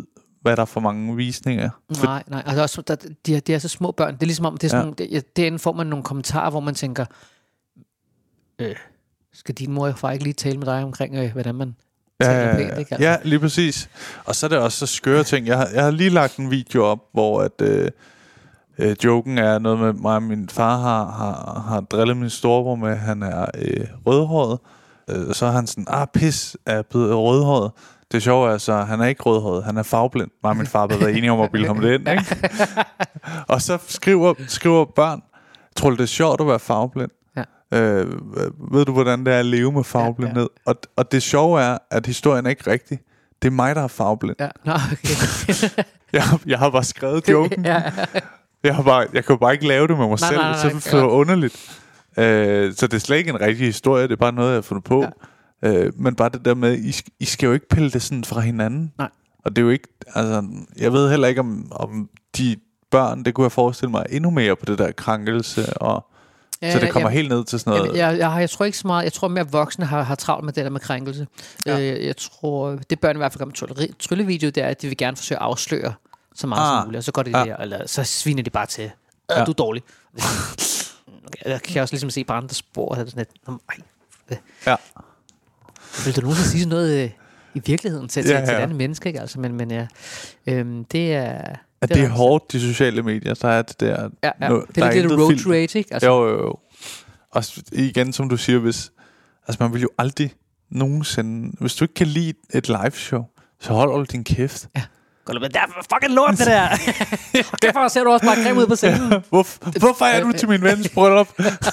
hvad der er for mange visninger. For... Nej, nej. Altså også, der, de, er, de er så små børn. Det er ligesom om, det er sådan, ja. det, derinde får man nogle kommentarer, hvor man tænker, øh, skal din mor og far ikke lige tale med dig omkring, øh, hvordan man ja, taler pænt, ikke? Altså. Ja, lige præcis. Og så er det også så skøre ting. Jeg har, jeg har lige lagt en video op, hvor at, øh, øh, joken er noget med mig og min far har, har, har drillet min storebror med, han er øh, rødhåret. Øh, så er han sådan, ah pis, er blevet rødhåret. Det sjove er altså, han er ikke rødhåret, han er farveblind. Mig og min far blev enige om at bilde ham det ind, ikke? Og så skriver, skriver børn, tror du det er sjovt at være farveblind? Ja. Øh, ved du hvordan det er at leve med farveblindhed? Ja, ja. Og, og det sjove er, at historien er ikke rigtig. Det er mig, der er farveblind. Ja. Nå, okay. jeg, jeg har bare skrevet joken. Ja. Jeg, har bare, jeg kan jo bare ikke lave det med mig nej, selv, nej, nej, så det er ja. underligt. Øh, så det er slet ikke en rigtig historie, det er bare noget, jeg har fundet på. Ja. Øh, men bare det der med, I, I skal jo ikke pille det sådan fra hinanden. Nej. Og det er jo ikke, altså, jeg ved heller ikke om, om de børn, det kunne jeg forestille mig endnu mere på det der krænkelse, og ja, så det kommer jeg, helt ned til sådan noget. Jeg, jeg, jeg, jeg tror ikke så meget, jeg tror mere voksne har, har travlt med det der med krænkelse. Ja. Øh, jeg tror, det børn i hvert fald kommer med tryllevideo, det er, at de vil gerne forsøge at afsløre så meget ah. som muligt, og så går det ja. der, eller så sviner de bare til, ja. du er dårlig. Okay, jeg kan også ligesom se på andre spor, og sådan lidt, nej. Ja. Vil du nogensinde sige sådan noget øh, i virkeligheden til, til, ja, ja. til et andet menneske, ikke? Altså, men, men ja, øhm, det er... At det er, det er hårdt, de sociale medier, så er det der... Ja, ja. No, det er lidt road rage, ikke? Altså. Jo, jo, jo. Og igen, som du siger, hvis... Altså, man vil jo aldrig nogensinde... Hvis du ikke kan lide et live show, så holder du din kæft. Ja. Men det er fucking lort, det der. Derfor ser du også bare creme ud på scenen. Ja. Hvor, hvorfor er du til min vens bryllup?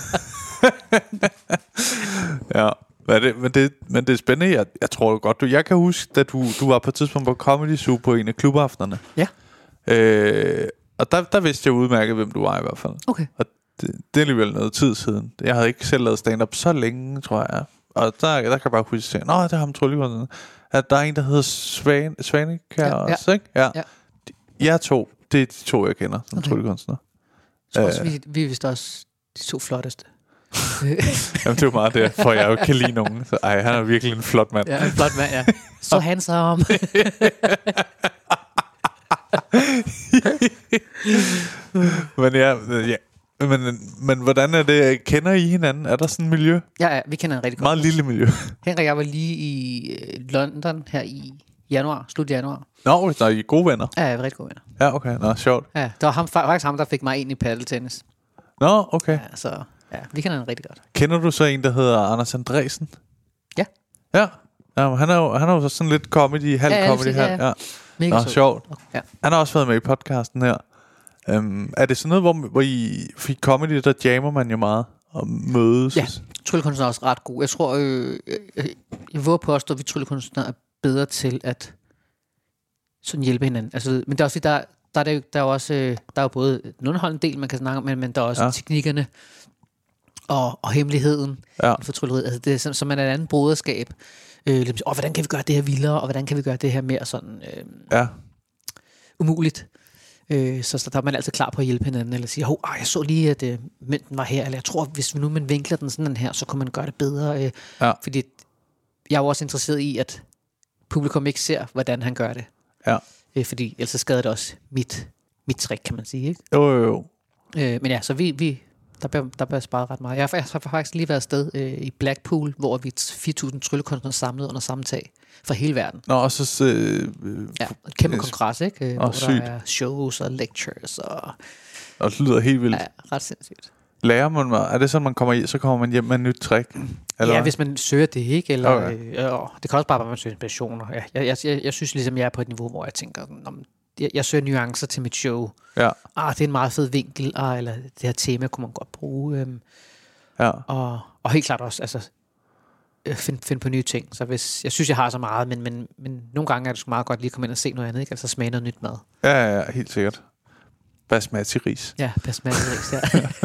Ja. Men det, men, det, men det er spændende. Jeg, jeg tror godt, du... Jeg kan huske, at du, du var på et tidspunkt på Comedy Zoo på en af klubaftenerne. Ja. Øh, og der, der vidste jeg udmærket, hvem du var i hvert fald. Okay. Og det, det er alligevel noget tid siden. Jeg havde ikke selv lavet stand-up så længe, tror jeg. Og der, der kan jeg bare huske, at nå, det har ham tryllekunstner. At der er en, der hedder Svan, Svanekær ja, også, ja. ikke? Ja. ja. Jeg to, det er de to, jeg kender som okay. tryllekunstner. Jeg tror også, vi, vi er vist også de to flotteste. Jamen, det er jo meget det, for jeg jo kan lide nogen. Så ej, han er virkelig en flot mand. Ja, en flot mand, ja. Så handsome. Men ja, ja. Men, men hvordan er det? Kender I hinanden? Er der sådan et miljø? Ja, ja, vi kender en rigtig godt. Meget lille miljø. Henrik og jeg var lige i London her i januar, slut januar. Nå, så er I gode venner? Ja, jeg er rigtig gode venner. Ja, okay. Nå, sjovt. Ja, det var ham, faktisk ham, der fik mig ind i paddeltennis. Nå, okay. Ja, så ja, vi kender en rigtig godt. Kender du så en, der hedder Anders Andresen? Ja. Ja, ja han er jo han er jo sådan lidt comedy, halv ja, comedy her. Ja, ja. Mega Nå, sjovt. Ja. Han har også været med i podcasten her. Um, er det sådan noget, hvor, hvor I fik comedy, der jammer man jo meget og mødes? Ja, tryllekunstnere er også ret god. Jeg tror, øh, øh, jeg våger påstå, at vi tryllekunstnere er bedre til at sådan hjælpe hinanden. Altså, men det er også der, der er det, der er også øh, der er jo både en underholdende del, man kan snakke om, men, men der er også ja. teknikkerne og, og hemmeligheden ja. for trylleriet. Altså, det er som, som er et andet broderskab. Øh, lidt, oh, hvordan kan vi gøre det her vildere, og hvordan kan vi gøre det her mere sådan øh, ja. umuligt? Øh, så, så der er man altid klar på at hjælpe hinanden, eller sige, oh, ah, jeg så lige, at øh, mønten var her, eller jeg tror, hvis vi nu man vinkler den sådan her, så kunne man gøre det bedre. Øh, ja. Fordi jeg er jo også interesseret i, at publikum ikke ser, hvordan han gør det. Ja. Øh, fordi ellers skader det også mit, mit trick, kan man sige. Ikke? Jo, jo, jo. Øh, men ja, så vi, vi der bliver, der bliver sparet ret meget. Jeg har, jeg har faktisk lige været afsted øh, i Blackpool, hvor vi fire tusind tryllekunstnere samlet under samme tag fra hele verden. Nå, og så... Øh, ja, et kæmpe kongres, ikke? Øh, hvor sygt. der er shows og lectures og... Og det lyder helt vildt. Ja, ret sindssygt. Lærer man mig? Er det sådan, man kommer i, så kommer man hjem med et nyt trick? Eller? Ja, hvis man søger det, ikke? Eller, okay. øh, øh, det kan også bare være, at man søger inspirationer. Ja, jeg, jeg, jeg, jeg synes ligesom, jeg er på et niveau, hvor jeg tænker, om jeg, jeg søger nuancer til mit show. Ja. Ah, det er en meget fed vinkel, ah, eller det her tema kunne man godt bruge. Øhm, ja. og, og helt klart også, altså, øh, finde find på nye ting. Så hvis, jeg synes, jeg har så meget, men, men, men nogle gange er det sgu meget godt lige at komme ind og se noget andet, ikke? Altså smage noget nyt mad. Ja, ja, ja, helt sikkert. Basmati-ris. Ja, basmati-ris, ja.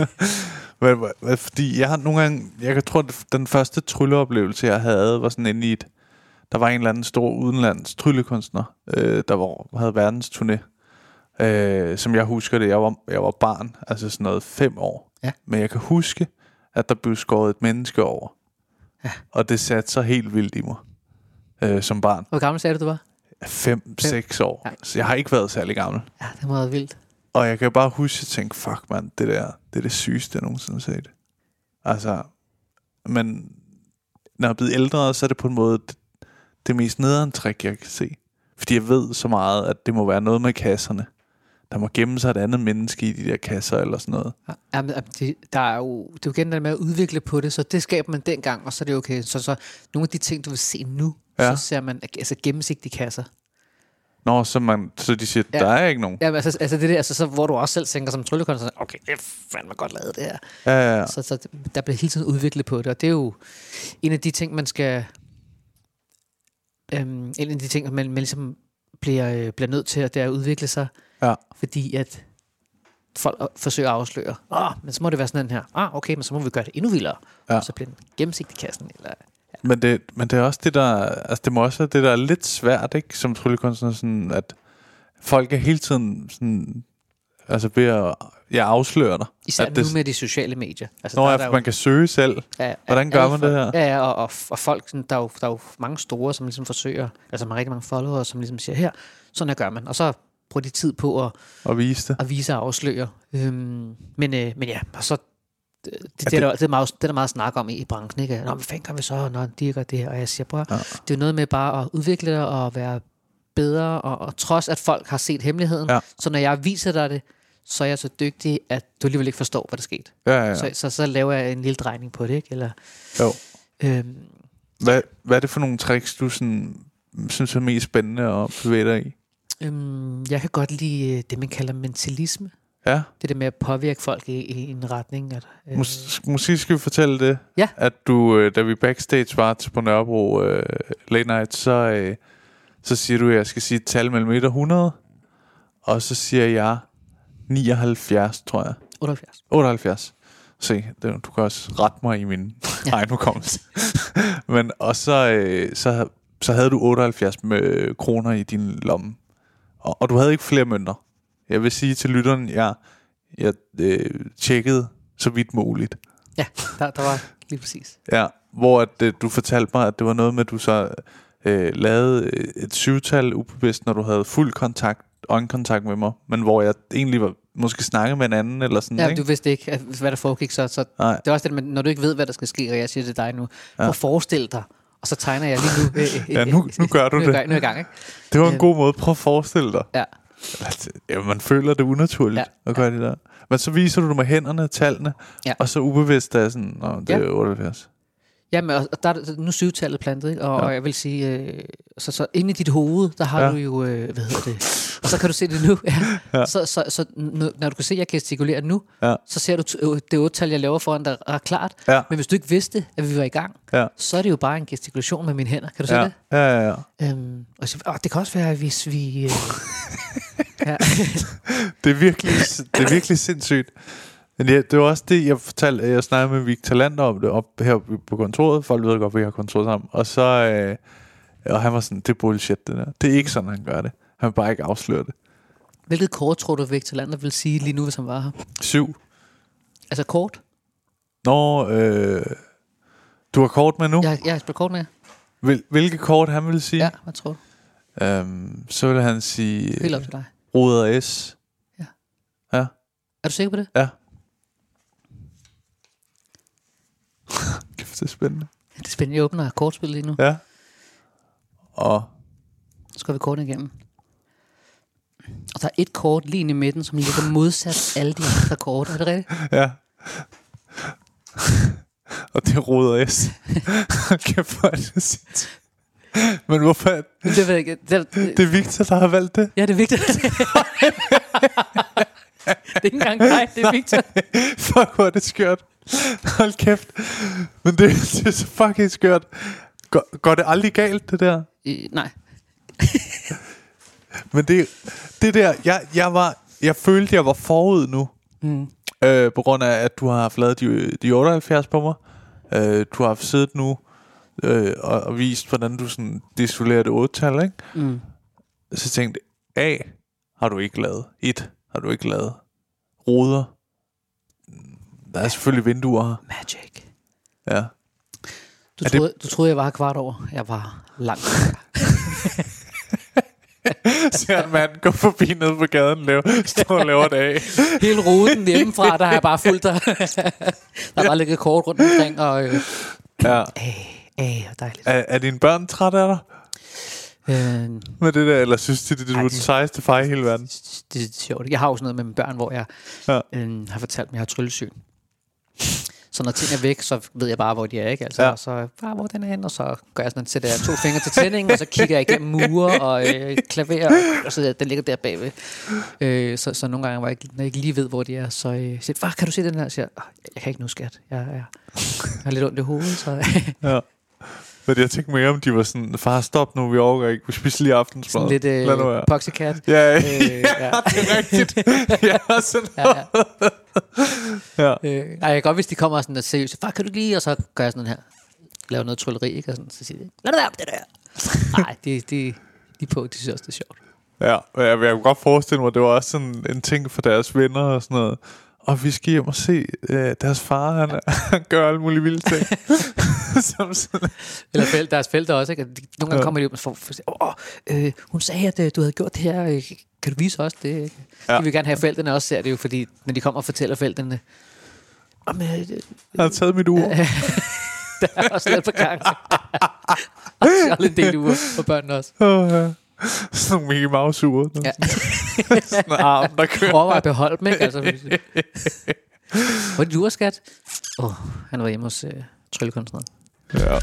men, fordi jeg har nogle gange, jeg tror, at den første trylleoplevelse, jeg havde, var sådan inde i et, der var en eller anden stor udenlands tryllekunstner, øh, der var, havde verdens turné. Øh, som jeg husker det, jeg var, jeg var barn, altså sådan noget fem år. Ja. Men jeg kan huske, at der blev skåret et menneske over. Ja. Og det satte sig helt vildt i mig, øh, som barn. Hvor gammel sagde du, du var? fem seks år. Ja. Så jeg har ikke været særlig gammel. Ja, det må være vildt. Og jeg kan bare huske at tænke, fuck man, det der, det er det sygeste, jeg nogensinde har set. Altså, men når jeg er blevet ældre, så er det på en måde det, det mest nederen trick, jeg kan se. Fordi jeg ved så meget, at det må være noget med kasserne. Der må gemme sig et andet menneske i de der kasser eller sådan noget. Ja, men det, der er jo, det er jo igen det med at udvikle på det, så det skaber man dengang, og så er det okay. Så, så nogle af de ting, du vil se nu, ja. Så ser man altså gennemsigtige kasser. Nå, så, man, så de siger, ja. Der er ikke nogen. Ja, men altså, altså det der, altså, så, hvor du også selv tænker som tryllekunstner, okay, det er fandme godt lavet det her. Ja, ja, ja. Så, så der bliver hele tiden udviklet på det, og det er jo en af de ting, man skal... Øhm, en af de ting, man, man ligesom bliver, øh, bliver nødt til, at det er at udvikle sig. Ja. Fordi at folk forsøger at afsløre, ah, men så må det være sådan her. Ah, okay, men så må vi gøre det endnu vildere. Ja. Så bliver den gennemsigtig kassen. Eller, ja. men, det, men det er også det, der... Altså, det må også være det, der er lidt svært, ikke? Som tryllekunstner, sådan at folk er hele tiden sådan... Altså ved at jeg afslører dig. Især at nu det, med de sociale medier. Altså, når der, er, der man jo, kan søge selv. Ja, hvordan gør man folk, det her? Ja, ja og, og, og folk, sådan, der, er jo, der er jo mange store, som ligesom forsøger, altså man har rigtig mange followere, som ligesom siger, her, sådan her gør man. Og så bruger de tid på at, at vise det. At vise og afsløre. Øhm, men, øh, men ja, og så det, det, det, er der, det, er meget, det er der meget snak om i, i branchen. Ikke? Nå, hvad fanden gør vi så, når de gør det her? Og jeg siger bare, ja. Det er noget med bare at udvikle det og være bedre, og, og trods at folk har set hemmeligheden, ja. Så når jeg viser dig det, så er jeg så dygtig, at du alligevel ikke forstår, hvad der skete. Ja, ja, ja. Så, så, så laver jeg en lille drejning på det, ikke? Eller, jo. Øhm, hvad, hvad er det for nogle tricks, du sådan, synes er mest spændende at bevæge dig i? Øhm, jeg kan godt lide det, man kalder mentalisme. Ja. Det der med at påvirke folk i, i en retning. At, øh, Mås- måske skal vi fortælle det, ja. At du, da vi backstage var til på Nørrebro uh, Late Night, så, uh, så siger du, at jeg skal sige et tal mellem et og hundrede, og så siger jeg nioghalvfjerds, tror jeg. otteoghalvfjerds. otteoghalvfjerds. Se, det, du kan også rette mig i min ja. egen hukommelse. Men, og så, øh, så, så havde du otteoghalvfjerds med kroner i din lomme. Og, og du havde ikke flere mønter. Jeg vil sige til lytteren, jeg, jeg øh, tjekkede så vidt muligt. Ja, der, der var lige præcis. Ja, hvor at, øh, du fortalte mig, at det var noget med, at du så øh, lavede et syvtal ubevidst, når du havde fuld kontakt, øjenkontakt med mig, men hvor jeg egentlig var måske snakke med en anden eller sådan. Ja, ikke? du vidste ikke, at, hvad der foregik, så, så det er også det, men når du ikke ved, hvad der skal ske, og jeg siger det til dig nu, ja. Prøv at forestille dig, og så tegner jeg lige nu. Øh, ja, nu, nu gør du nu det. Gang, nu er jeg i gang, ikke? Det var en øh, god måde. Prøv at forestille dig. Ja. Ja, man føler det unaturligt ja. At gøre det der. Men så viser du med hænderne, tallene, ja. Og så ubevidst er sådan, nå, det ja. Er otteoghalvfjerds. Jamen, og der er nu syvtallet plantet, ikke? Og, ja. Og jeg vil sige, øh, så, så inde i dit hoved, der har ja. Du jo, øh, hvad hedder det, og så kan du se det nu. Ja. Ja. Så, så, så når du kan se, at jeg gestikulerer nu, ja. Så ser du t- det otte-tal, jeg laver foran dig, er klart. Ja. Men hvis du ikke vidste, at vi var i gang, ja. Så er det jo bare en gestikulation med mine hænder. Kan du se ja. det? Ja, ja, ja. Øhm, og så, åh, det kan også være, hvis vi... Øh, ja. det, er virkelig, det er virkelig sindssygt. Men ja, det var også det, jeg fortalte. Jeg snakkede med Victor Lander om det op her på kontoret. Folk ved godt, at vi har kontor sammen. Og så øh, og han var sådan, det er bullshit, det der. Det er ikke sådan, han gør det. Han vil bare ikke afsløre det. Hvilket kort tror du, Victor Lander vil sige lige nu, hvis han var her? Syv. Altså kort? Nå, øh, du har kort med nu? Jeg, jeg har spillet kort med. Hvil, hvilke kort han vil sige? Ja, hvad tror du? Øhm, så vil han sige... Helt op til dig. Ruder S. Ja. Ja. Er du sikker på det? Ja. Det er spændende. Ja, det er spændende. Jeg åbner kortspil lige nu. Ja. Og... Så skal vi korten igennem. Og der er et kort lige inde i midten, som ligger modsat alle de andre kort. Er det rigtigt? Ja. Og det er Ruder S. Kæft, hvor er det sindssygt. Men hvorfor? Det, det, ved jeg ikke. Det, det, det er Victor, der har valgt det. Ja, det er Victor. Det er ikke engang dig, det er Victor. Fuck, hvor er det skørt. Hold kæft. Men det, det er så fucking skørt. Går, går det aldrig galt, det der? I, nej. Men det, det der, jeg, jeg var, jeg følte, jeg var forud nu. Mm. Øh, på grund af, at du har haft lavet de, de otteoghalvfjerds på mig. Øh, du har siddet nu øh, og, og vist, hvordan du sådan distillerer det otte-tal, ikke? Mm. Så tænkte jeg, A, har du ikke lavet. Et, har du ikke lavet. Ruder. Der er selvfølgelig vinduer. Magic. Ja. Du troede, det... du troede, jeg var kvart over. Jeg var langt. ser en mand gå forbi nede på gaden, lave, stå og laver det af. Hele ruten hjemmefra, der har jeg bare fulgt dig. Der har bare ligget kort rundt omkring, og... Øh, ja. Æh, æh, dejligt. Er, er dine børn trætte af dig? Øh, med det der, eller synes de, det, det er den sejeste far i hele verden? Det, det er sjovt. Jeg har jo sådan noget med mine børn, hvor jeg ja. øh, har fortalt dem, at jeg har tryllesyn. Så når ting er væk, så ved jeg bare, hvor de er, ikke? Altså, ja. Og så bare, hvor den er henne, og så gør jeg sådan, at sætter jeg to fingre til tændingen, og så kigger jeg igennem mure og øh, klaver, og så den ligger der bagved. Øh, så, så nogle gange, hvor jeg, når jeg ikke lige ved, hvor de er, så øh, siger far, kan du se den her? Så siger jeg, jeg kan ikke nu, skat. Jeg, jeg, jeg har lidt ondt i hovedet, så... ja. Men jeg tænkte mere om de var sådan, far, stop nu, vi overgår ikke, vi spiser lige aftensmad. Sådan lidt øh, poxycat. Ja, øh, ja. ja, det er rigtigt. Ja, sådan ja, ja. ja. Øh, nej, jeg kan godt, hvis de kommer sådan og seriøst, far, kan du lige, og så gør jeg sådan her, laver noget trylleri, ikke? Og sådan, så siger de, lad det være det der. Nej, de, de, de på, de synes også, det er sjovt. Ja, jeg, jeg kunne godt forestille mig, det var også sådan en ting for deres venner og sådan noget. Og vi skal hjem og se øh, deres far, han, ja. han gør alle mulige vilde ting. Som sådan. Eller fæld, deres forældre også, ikke? De, nogle gange ja. kommer de ud og siger, åh, øh, hun sagde, at øh, du havde gjort det her, øh, kan du vise os det? Ikke? Ja. De vil gerne have, at forældrene også ser det jo, fordi når de kommer og fortæller forældrene, om, øh, øh, jeg har taget mit ur. Øh, der er også lidt på gang. Og så en del uger for børnene også. Oh, ja. Sådan nogle Mickey Mouse-ure. Ja. Sådan en arm, der kører. Overvej at beholde dem, ikke? Altså, hvor er dit ur, skat? Åh, oh, han var hjemme hos øh, tryllekunstneren. Ja.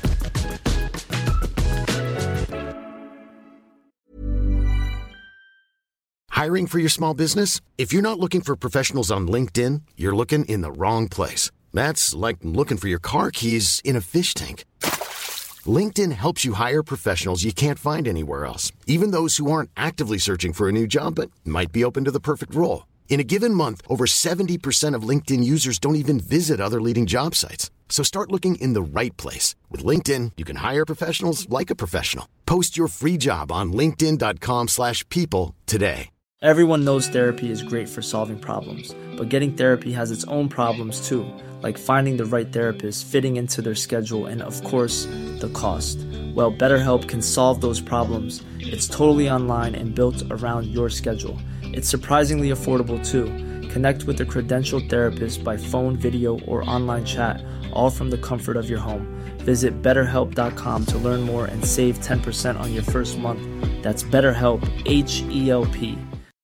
Hiring for your small business? If you're not looking for professionals on LinkedIn, you're looking in the wrong place. That's like looking for your car keys in a fish tank. LinkedIn helps you hire professionals you can't find anywhere else, even those who aren't actively searching for a new job but might be open to the perfect role. In a given month, over seventy percent of LinkedIn users don't even visit other leading job sites. So start looking in the right place. With LinkedIn, you can hire professionals like a professional. Post your free job on linkedin dot com slash people today. Everyone knows therapy is great for solving problems, but getting therapy has its own problems too, like finding the right therapist, fitting into their schedule, and of course, the cost. Well, BetterHelp can solve those problems. It's totally online and built around your schedule. It's surprisingly affordable too. Connect with a credentialed therapist by phone, video, or online chat, all from the comfort of your home. Visit better help dot com to learn more and save ten percent on your first month. That's BetterHelp, H E L P.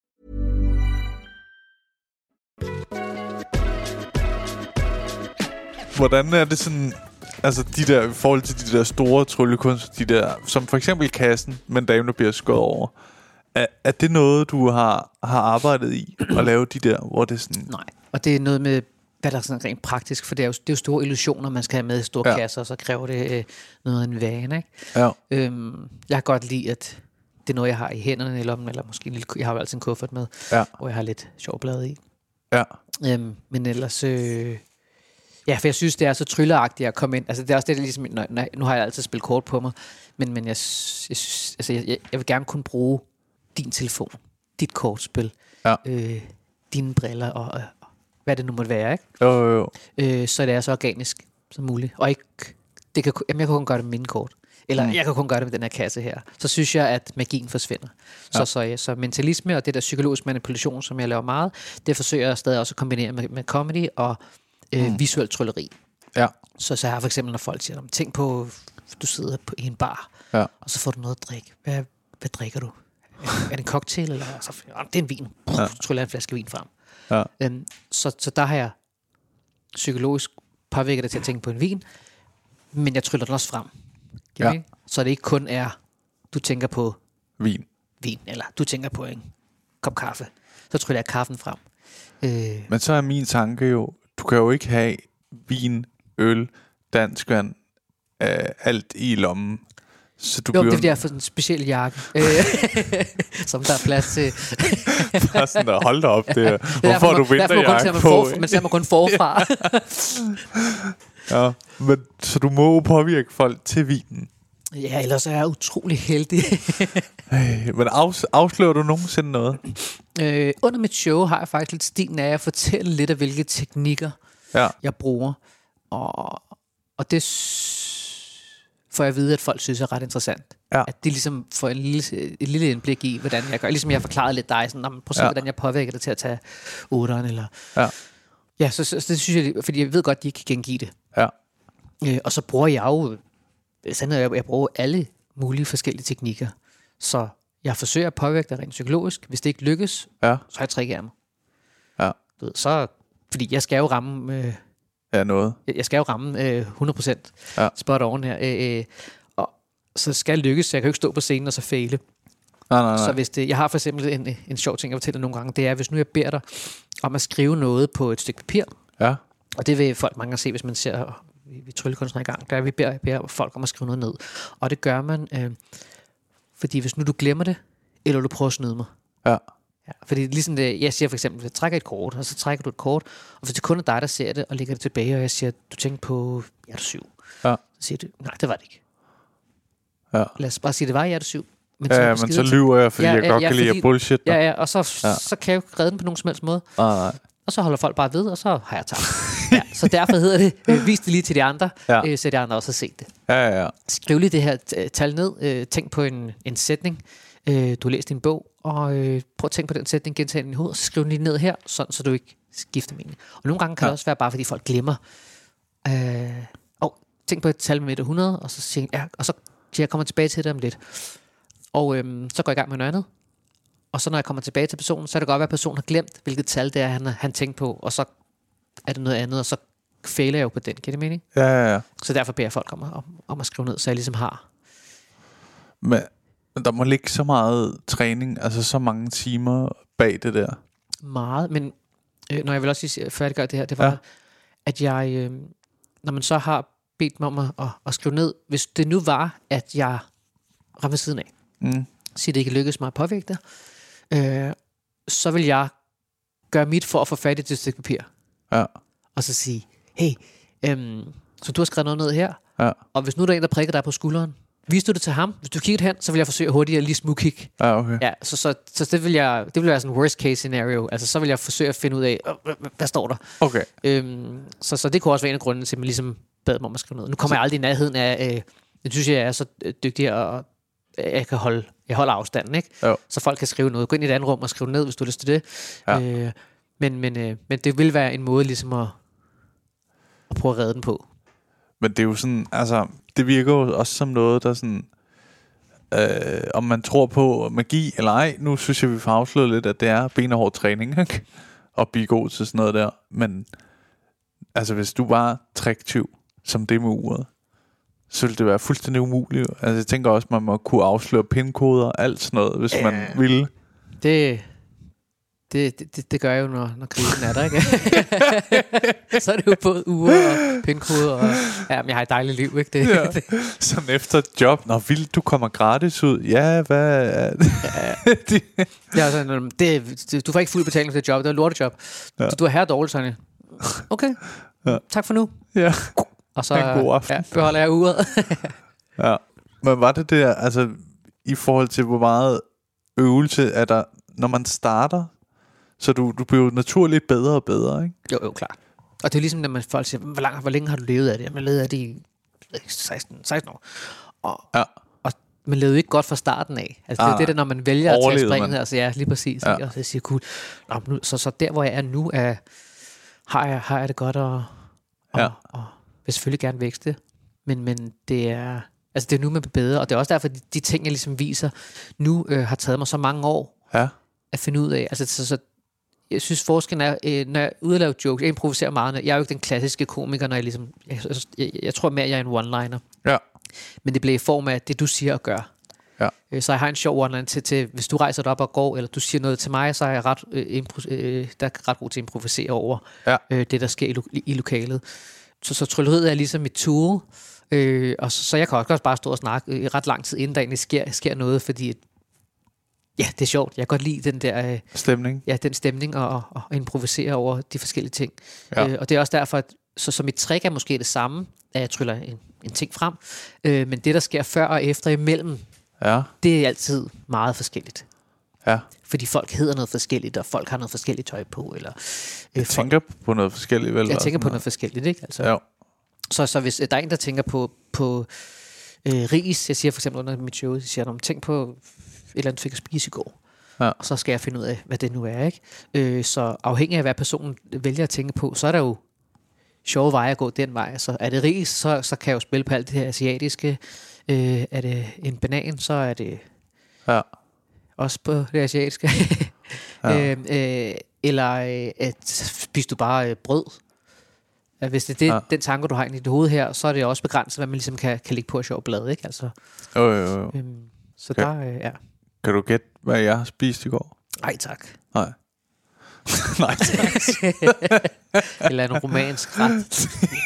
Hvordan er det sådan, altså de der, i forhold til de der store tryllekunster, de der, som for eksempel kassen, men damen, der bliver skåret over. Er, er det noget, du har, har arbejdet i, at lave de der, hvor det er sådan... Nej, og det er noget med, hvad der er sådan rent praktisk, for det er jo, det er jo store illusioner, man skal have med i store ja. kasser, og så kræver det øh, noget af en vane, ikke? Ja. Øhm, jeg kan godt lide, at det er noget, jeg har i hænderne, eller, eller måske en lille, jeg har jo altid en kuffert med, ja. hvor jeg har lidt sjovblade i. Ja. Øhm, men ellers... Øh, ja, for jeg synes, det er så trylleagtigt at komme ind. Altså, det er også det, der ligesom... Når, når, nu har jeg altid spillet kort på mig, men, men jeg, jeg, synes, altså, jeg, jeg vil gerne kunne bruge din telefon, dit kortspil, ja. øh, dine briller og øh, hvad det nu måtte være, ikke? Jo, jo, jo. Øh, så det er så organisk som muligt. Og ikke, det kan, jamen, jeg kan kun gøre det med mine kort. Eller mm. jeg kan kun gøre det med den her kasse her. Så synes jeg, at magien forsvinder. Ja. Så, så, ja, så mentalisme og det der psykologisk manipulation, som jeg laver meget, det forsøger jeg stadig også at kombinere med, med comedy og øh, mm. visuel trylleri. Ja. Så, så har for eksempel, når folk siger, tænk på, du sidder på, i en bar, ja. og så får du noget at drikke. Hvad, hvad drikker du? Er det en cocktail, eller så, det er en vin. Puh, ja. Så tryller jeg en flaske vin frem. Ja. Øhm, så, så der har jeg psykologisk påvirket det til at tænke på en vin, men jeg tryller den også frem. Ja. Så det ikke kun er, du tænker på vin. vin, eller du tænker på en kop kaffe. Så tryller jeg kaffen frem. Øh. Men så er min tanke jo, du kan jo ikke have vin, øl, dansk vand, øh, alt i lommen. Så du jo, det er fordi, jeg har fået en speciel jakke, øh, som der er plads til. Bare sådan der, hold da op. Det er, hvorfor har du vinterjakke på? Forfra, man ser mig kun forfra. Ja, men så du må påvirke folk til vinen. Ja, ellers er jeg utrolig heldig. øh, men afs- afslører du nogensinde noget? Øh, under mit show har jeg faktisk lidt stilen af at fortælle lidt af, hvilke teknikker ja. jeg bruger. Og, og det får jeg at vide, at folk synes er ret interessant. Ja. At det ligesom får en lille, et lille indblik i, hvordan jeg gør. Ligesom jeg forklarede lidt dig, sådan, prøv at se, ja. hvordan jeg påvirker det til at tage otteren. Eller... Ja, ja så, så, så det synes jeg, fordi jeg ved godt, at de ikke kan gengive det. Ja. Øh, og så bruger jeg jo, sådan jeg, jeg bruger alle mulige forskellige teknikker. Så jeg forsøger at påvirke det rent psykologisk. Hvis det ikke lykkes, ja. så har jeg tre ærmer. Ja. Ved, så, fordi jeg skal jo ramme... Øh, ja, noget. Jeg, jeg skal jo ramme øh, hundrede procent ja. spot on her. Øh, øh, og så skal det lykkes, så jeg kan jo ikke stå på scenen og så fejle. Nej, nej, nej. Så hvis det, jeg har for eksempel en, en sjov ting, jeg fortæller nogle gange, det er, hvis nu jeg beder dig om at skrive noget på et stykke papir, ja. og det vil folk mange gange se, hvis man ser, vi, vi tryllekunstnere i gang, der vi beder, beder folk om at skrive noget ned. Og det gør man, øh, fordi hvis nu du glemmer det, eller du prøver at snyde mig. Ja. Ja, fordi ligesom det, jeg siger for eksempel, jeg trækker et kort, og så trækker du et kort, og hvis det kun er dig, der ser det, og lægger det tilbage, og jeg siger, du tænker på hjerte syv. Ja. Så siger du, nej, det var det ikke. Ja. Lad os bare sige, det var hjerte syv. Men så, ja, men så lyver jeg, fordi ja, jeg godt ja, kan lide at bullshit. Ja, ja, og så, ja. så kan jeg jo ikke redde den på nogen som helst måde. Ah, nej. Og så holder folk bare ved, og så har jeg tabt. Ja, så derfor hedder det, øh, vis det lige til de andre, ja. øh, så de andre også har set det. Ja, ja, ja. Skriv lige det her t- tal ned, øh, tænk på en, en sætning, øh, du har læst din bog, og øh, prøv at tænke på den sætning, gentag den i hovedet, og så skriv den lige ned her, sådan, så du ikke skifter mening. Og nogle gange kan ja. det også være bare, fordi folk glemmer. Øh, og tænk på et tal med hundrede, og så siger ja, og så jeg kommer tilbage til det om lidt. Og øhm, så går jeg i gang med noget andet. Og så når jeg kommer tilbage til personen, så er det godt være, at personen har glemt, hvilket tal det er, han, han tænkte på. Og så er det noget andet, og så fejler jeg jo på den. Giver det mening? Ja, ja, ja. Så derfor beder jeg folk om, om, om at skrive ned, så jeg ligesom har. Men der må ligge så meget træning, altså så mange timer bag det der. Meget, men øh, når jeg vil også sige, færdiggøre det her, det var, ja. at jeg, øh, når man så har bedt mig om at, at, at skrive ned, hvis det nu var, at jeg rammer siden af, mm. siger det ikke lykkes mig at påvirke det, øh, så vil jeg gøre mit for at få fat i det stykke papir. Ja. Og så sige, hey, øhm, så du har skrevet noget ned her, ja. og hvis nu der er en, der prikker dig på skulderen, viser du det til ham, hvis du kigger hen, så vil jeg forsøge hurtigt at lige smugkigge. Ja, okay. Ja, så, så, så det vil jeg, det vil være sådan en worst case scenario, altså så vil jeg forsøge at finde ud af, hvad, hvad står der? Okay. Øhm, så, så det kunne også være en af grundene til, at man ligesom bad mig om at skrive noget. Nu kommer så jeg aldrig i nærheden af, øh, jeg synes, jeg er så dygtig, og jeg kan holde, jeg holder afstanden, ikke? Jo. Så folk kan skrive noget. Gå ind i et andet rum og skrive ned, hvis du har lyst til det. Ja. Øh, men, men, øh, men det vil være en måde ligesom at, at prøve at redde den på. Men det er jo sådan, altså, det virker jo også som noget, der sådan, øh, om man tror på magi eller ej. Nu synes jeg, vi får afsløret lidt, at det er benhård træning, ikke? At blive god til sådan noget der. Men altså, hvis du var træktyv, som det med uret, så ville det være fuldstændig umuligt. Altså, jeg tænker også, man må kunne afsløre pinkoder og alt sådan noget, hvis ja. man ville. Det, det, det, det gør jeg jo, når, når krisen er der, ikke? Så er det jo både uger og pinkoder, og ja, men jeg har et dejligt liv, ikke? Det, ja. det. Sådan efter et job, når vildt, du kommer gratis ud. Ja, hvad er det? Ja, det er sådan, det, du får ikke fuld betaling for det job, det er et lortejob. Ja. Du, du er her dårligt, Sonny. Okay, ja. Tak for nu. Ja. Og så en god aften. Ja, beholder jeg uret. Ja, men var det der, altså i forhold til hvor meget øvelse er der, når man starter, så du, du bliver naturligt bedre og bedre, ikke? Jo, jo, klart. Og det er ligesom, når man folk siger, hvor, lang, hvor længe har du levet af det? Man levede af det i seksten, seksten år. Og, ja. og man levede ikke godt fra starten af. Altså ah, det er det, der, når man vælger at tage springet, altså ja, lige præcis. Ja. Og så siger cool. Nå, nu, så, så der, hvor jeg er nu, er, har, jeg, har jeg det godt, og, og, ja. og vil selvfølgelig gerne vækste, men, men det er altså det er nu, man bliver bedre, og det er også derfor, at de, de ting, jeg ligesom viser, nu øh, har taget mig så mange år ja. at finde ud af. Altså, så, så jeg synes, forskellen er, øh, når jeg ude at lave jokes, jeg improviserer meget, jeg er jo ikke den klassiske komiker, når jeg ligesom, jeg, jeg, jeg tror mere, jeg er en one-liner. Ja. Men det bliver i form af det, du siger og gør. Ja. Øh, så jeg har en sjov one-liner til, til, hvis du rejser dig op og går, eller du siger noget til mig, så er jeg ret, øh, impro, øh, der er ret god til at improvisere over ja. øh, det, der sker i, lo- i lokalet. Så, så trylleriet er ligesom mit tool, øh, og så, så jeg kan også bare stå og snakke øh, ret lang tid, inden der egentlig sker, sker noget, fordi ja, det er sjovt. Jeg kan godt lide den der øh, stemning. Ja, den stemning og, og, og improvisere over de forskellige ting. Ja. Øh, og det er også derfor, at så, så mit trick er måske det samme, at jeg tryller en, en ting frem, øh, men det, der sker før og efter imellem, ja. det er altid meget forskelligt. Ja. Fordi folk hedder noget forskelligt, og folk har noget forskelligt tøj på. Eller, øh, jeg tænker folk, på noget forskelligt, vel? Jeg tænker på noget forskelligt, ikke? Altså, ja. så, så hvis der er en, der tænker på, på øh, ris. Jeg siger for eksempel under mit show, jeg siger, tænk på et eller andet, du fik at spise i går. Ja. Og så skal jeg finde ud af, hvad det nu er, ikke? Øh, så afhængig af, hvad personen vælger at tænke på, så er der jo sjove veje at gå den vej. Så er det ris, så, så kan jeg jo spille på alt det her asiatiske. Øh, er det en banan, så er det ja. også på det asiatiske. ja. øh, øh, eller øh, at spiser du bare øh, brød. Hvis det er det, ja. den tanke, du har ind i dit hoved her, så er det også begrænset, hvad man ligesom kan, kan ligge på et sjovt blad, ikke? Altså, jo, jo, jo. Øhm, så kan, der, øh, ja. Kan du gætte, hvad jeg har spist i går? Nej, tak. Nej. Nej, tak. Eller en romansk ret.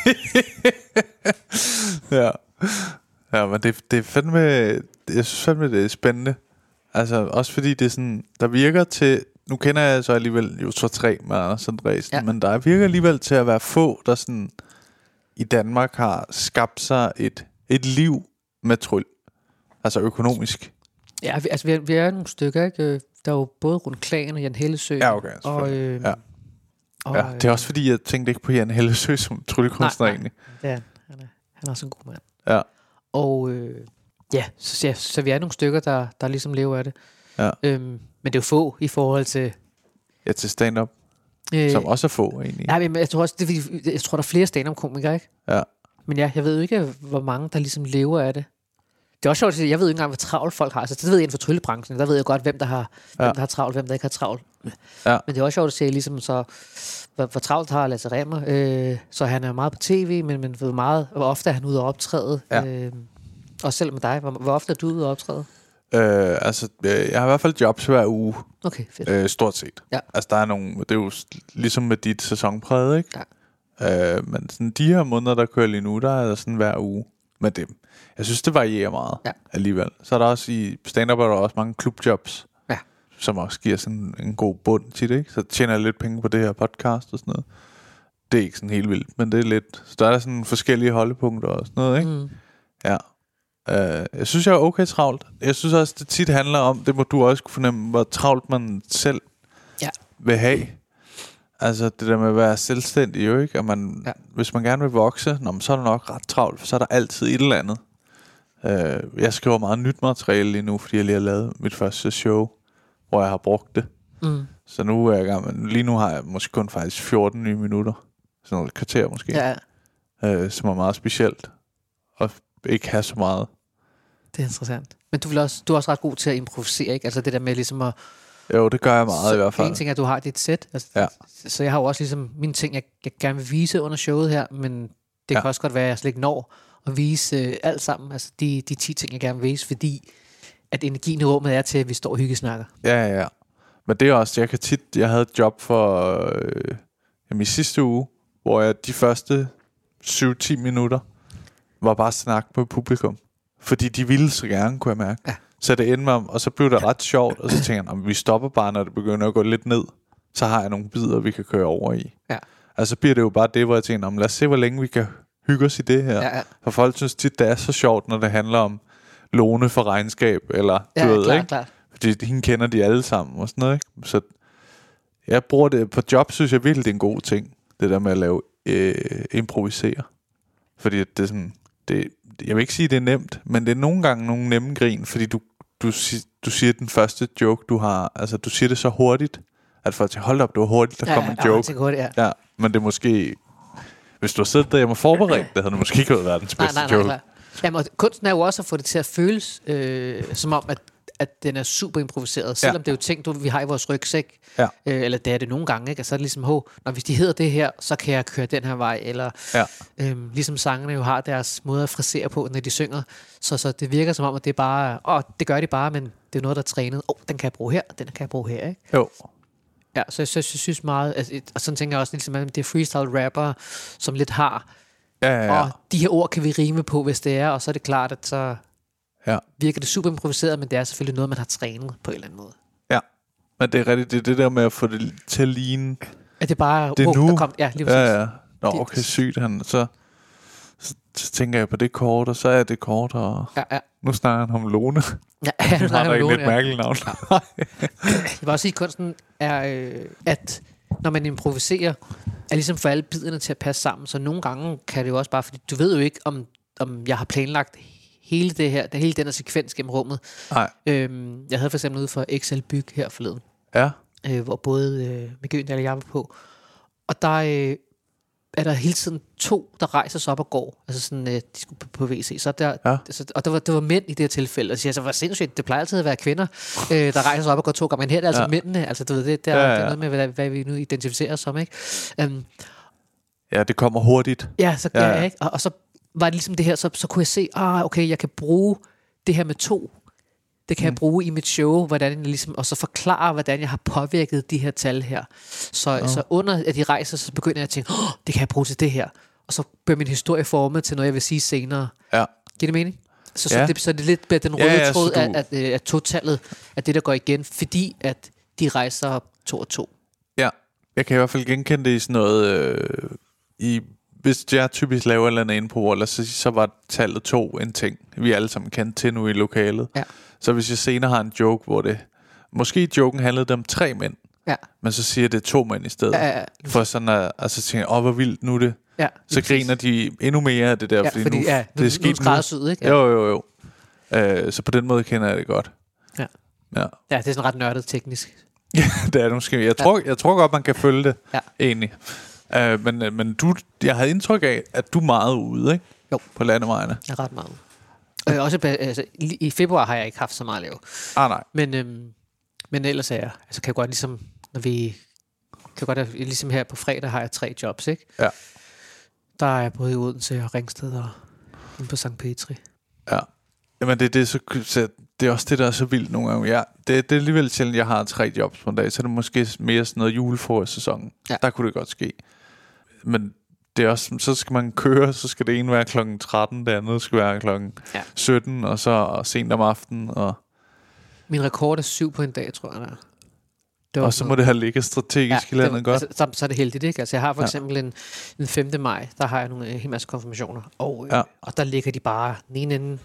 ja. Ja, men det, det er fandme, jeg synes fandme, det er spændende. Altså, også fordi det er sådan, der virker til, nu kender jeg så alligevel jo så tre med Anders Andresen, ja. men der virker alligevel til at være få, der sådan i Danmark har skabt sig et, et liv med tryl. Altså økonomisk. Ja, vi, altså vi er, vi er nogle stykker, ikke? Der er jo både Rune Klagen og Jan Hellesø. Ja, okay. Og, øh, ja. Og, ja, det er også fordi, jeg tænkte ikke på Jan Hellesø som tryllekunstner egentlig. Det er han. Han er, han er også en god mand. Ja. Og øh, ja, så, ja, så vi er nogle stykker, der, der ligesom lever af det. Ja. Øhm, men det er jo få i forhold til... Ja, til stand-up. Øh, som også er få egentlig. Nej, men jeg tror også, det, jeg tror, der er flere stand-up-komikere, ikke? Ja. Men ja, jeg ved jo ikke, hvor mange, der ligesom lever af det. Det er også sjovt, at jeg ved ikke engang, hvor travlt folk har. Altså, det ved jeg inden for tryllebranchen. Der ved jeg godt, hvem der har, ja. hvem der har travlt, hvem der ikke har travlt. Ja. Men det er også sjovt at se, ligesom så, hvor, hvor travlt har Lasse Remmer. Øh, så han er meget på tv, men, men ved meget, hvor ofte er han ude og optræde. Ja. Øh, også selv med dig. Hvor, hvor ofte er du ude og optræde? Øh, altså, jeg har i hvert fald jobs hver uge. Okay, fedt. Øh, stort set. Ja. Altså, der er nogle, det er jo ligesom med dit sæsonpræget, ikke? Ja. Øh, men sådan de her måneder, der kører lige nu, der er der sådan hver uge med dem. Jeg synes, det varierer meget ja. alligevel. Så er der også i stand-up, er der også mange klubjobs, ja. som også giver sådan en god bund til det, ikke? Så tjener jeg lidt penge på det her podcast og sådan noget. Det er ikke sådan helt vildt, men det er lidt... Så der er sådan forskellige holdepunkter og sådan noget, ikke? Mm. Ja. Uh, jeg synes, jeg er okay travlt. Jeg synes også, det tit handler om, det må du også kunne fornemme, hvor travlt man selv ja. vil have. Altså det der med at være selvstændig jo, ikke? At man, ja. hvis man gerne vil vokse, nå, så er det nok ret travlt, for så er der altid et eller andet. Uh, jeg skriver meget nyt materiale lige nu, fordi jeg lige har lavet mit første show, hvor jeg har brugt det. Mm. Så nu er jeg i gang med, lige nu har jeg måske kun faktisk fjorten nye minutter. Sådan noget kvarter måske. Ja. Uh, som er meget specielt. Og ikke have så meget. Det er interessant. Men du, vil også, du er også ret god til at improvisere, ikke? Altså det der med ligesom at... Jo, det gør jeg meget så i hvert fald. En ting er, at du har dit sæt. Altså, ja. Så jeg har jo også ligesom mine ting, jeg, jeg gerne vil vise under showet her, men det ja. kan også godt være, at jeg slet ikke når at vise øh, alt sammen. Altså de, de ti ting, jeg gerne vil vise, fordi at energien i rummet er til, at vi står og hyggesnakker. Ja, ja, ja. Men det er også, jeg kan tit... Jeg havde et job for... Øh, jamen i sidste uge, hvor jeg de første syv til ti minutter var bare snak med publikum. Fordi de ville så gerne, kunne jeg mærke. Ja. Så det endte med, og så blev det ret sjovt, og så tænkte jeg, vi stopper bare, når det begynder at gå lidt ned. Så har jeg nogle bidder, vi kan køre over i. Ja. Altså så bliver det jo bare det, hvor jeg tænker, lad os se, hvor længe vi kan hygge os i det her. Ja, ja. For folk synes tit, det er så sjovt, når det handler om låne for regnskab, eller ja, du ved, klar, ikke? Klar. Fordi hende kender de alle sammen, og sådan noget, ikke? Så jeg bruger det på job, synes jeg virkelig, det er en god ting, det der med at lave, øh, improvisere. Fordi det er sådan, det jeg vil ikke sige, det er nemt, men det er nogle gange nogle nemme grin, fordi du, du, du siger den første joke, du har, altså du siger det så hurtigt, at folk tænker, hold op, det var hurtigt, der ja, kom en ja, joke. Hurtigt, ja. ja, men det er måske, hvis du har siddet derhjemme og forberedt, det havde du måske ikke været verdens bedste nej, nej, joke. Nej, Jamen, og kunsten er jo også at få det til at føles, øh, som om, at, at den er super improviseret, selvom ja. det er jo ting, du, vi har i vores rygsæk, ja. øh, eller det er det nogle gange, ikke? Og så er det ligesom, hov, når hvis de hedder det her, så kan jeg køre den her vej, eller ja. øh, ligesom sangene jo har deres måde at frisere på, når de synger, så, så det virker som om, at det er bare, åh, det gør de bare, men det er noget, der er trænet, åh, den kan jeg bruge her, den kan jeg bruge her, ikke? Jo. Ja, så jeg, så, jeg synes meget, altså, og sådan tænker jeg også, ligesom, at det er freestyle rapper, som lidt har, ja, ja, ja. og de her ord kan vi rime på, hvis det er, og så er det klart, at så ja. virker det super improviseret, men det er selvfølgelig noget, man har trænet på en eller anden måde. Ja, men det er rigtigt, det er det der med at få det til at ligne. Er det bare, det oh, nu? Der kom, ja, lige præcis. Ja, ja. Nå, okay, sygt, han, så, så, så tænker jeg på det kort, og så er det kort, og ja, ja. nu snakker han om Lone. Ja, ja nu snakker han om Lone, lidt ja. mærkeligt navn. Ja. Jeg vil også sige, at kunsten er, øh, at når man improviserer, er ligesom for alle biderne til at passe sammen, så nogle gange kan det jo også bare, fordi du ved jo ikke, om, om jeg har planlagt hele det her, det hele den her sekvens gennem rummet. Nej. Øhm, jeg havde for eksempel ude for Excel Byg her forleden, Ja. øh, hvor både øh, Mikke Øgendal og jeg var på. Og der øh, er der hele tiden to, der rejser sig op og går. Altså sådan, øh, de skulle på, på W C. Så der, Ja. altså, og der var, der var mænd i det her tilfælde. Og siger, altså, hvor sindssygt, det plejer altid at være kvinder, øh, der rejser sig op og går to gange. Men her er det altså Ja. mændene. Altså, du ved, det, der, Ja, ja, ja. det er noget med, hvad, hvad vi nu identificerer os som, ikke? Um, Ja, det kommer hurtigt. ja, så Ja, ja, ja. ja. Ikke? Og, og så var det ligesom det her, så, så kunne jeg se, ah, okay, jeg kan bruge det her med to. Det kan mm. jeg bruge i mit show, hvordan jeg ligesom, og så forklare, hvordan jeg har påvirket de her tal her. Så, oh. så under at de rejser, så begynder jeg at tænke, oh, det kan jeg bruge til det her. Og så bliver min historie formet til noget, jeg vil sige senere. Ja. Giver det mening? Så, så, Ja. det, så det er lidt bedre den røde Ja, ja, tråd, så du- at, at, at totallet er det, der går igen, fordi at de rejser op to og to. Ja, jeg kan i hvert fald genkende det i sådan noget, øh, i, hvis jeg typisk laver et eller andet inde på Waller, så, så var tallet to en ting, vi alle sammen kendte til nu i lokalet. Ja. Så hvis jeg senere har en joke, hvor det, måske joken handlede om tre mænd, Ja. men så siger det to mænd i stedet. Ja, ja, ja. For sådan at, altså tænker jeg, åh, hvor vildt nu er det. Ja, Så griner de endnu mere af det der, ja, fordi, fordi nu, ja, nu, det er nu sket skræddersyet, ikke? Ja. Jo, jo, jo. Øh, så på den måde kender jeg det godt. Ja. Ja. Ja, det er sådan ret nørdet teknisk. Ja, det er det måske. Jeg tror, jeg tror godt, man kan følge det, Ja. egentlig. Uh, men men du, jeg havde indtryk af, at du er meget ude, ikke? Jo. På landevejene. Jeg er ret meget. Øh, også, ba- altså, i, i februar har jeg ikke haft så meget at lave. Ah, nej. Men, øhm, men ellers er jeg, altså kan jeg godt ligesom, når vi, kan jeg godt, ligesom her på fredag har jeg tre jobs, ikke? Ja. Der er jeg både i Odense og Ringsted og inde på Sankt Petri. Ja. Jamen, det, det, er så, så, det er også det, der er så vildt nogle gange. Ja, det, det er alligevel sjældent, jeg har tre jobs på en dag, så er det måske mere sådan noget julefrokostsæsonen. Ja. Der kunne det godt ske. Men det er også, så skal man køre, så skal det ene være klokken tretten, det andet skal være klokken Ja. sytten, og så sent om aftenen, og, Min rekord er syv på en dag, tror jeg. Der. Det var og så må det have ligget strategisk ja, i landet det, godt. altså, så, så er det heldigt, ikke? Altså, jeg har for Ja. eksempel en, den femte maj, der har jeg nogle en hel masse konfirmationer, og, øh, Ja. og der ligger de bare den ene ende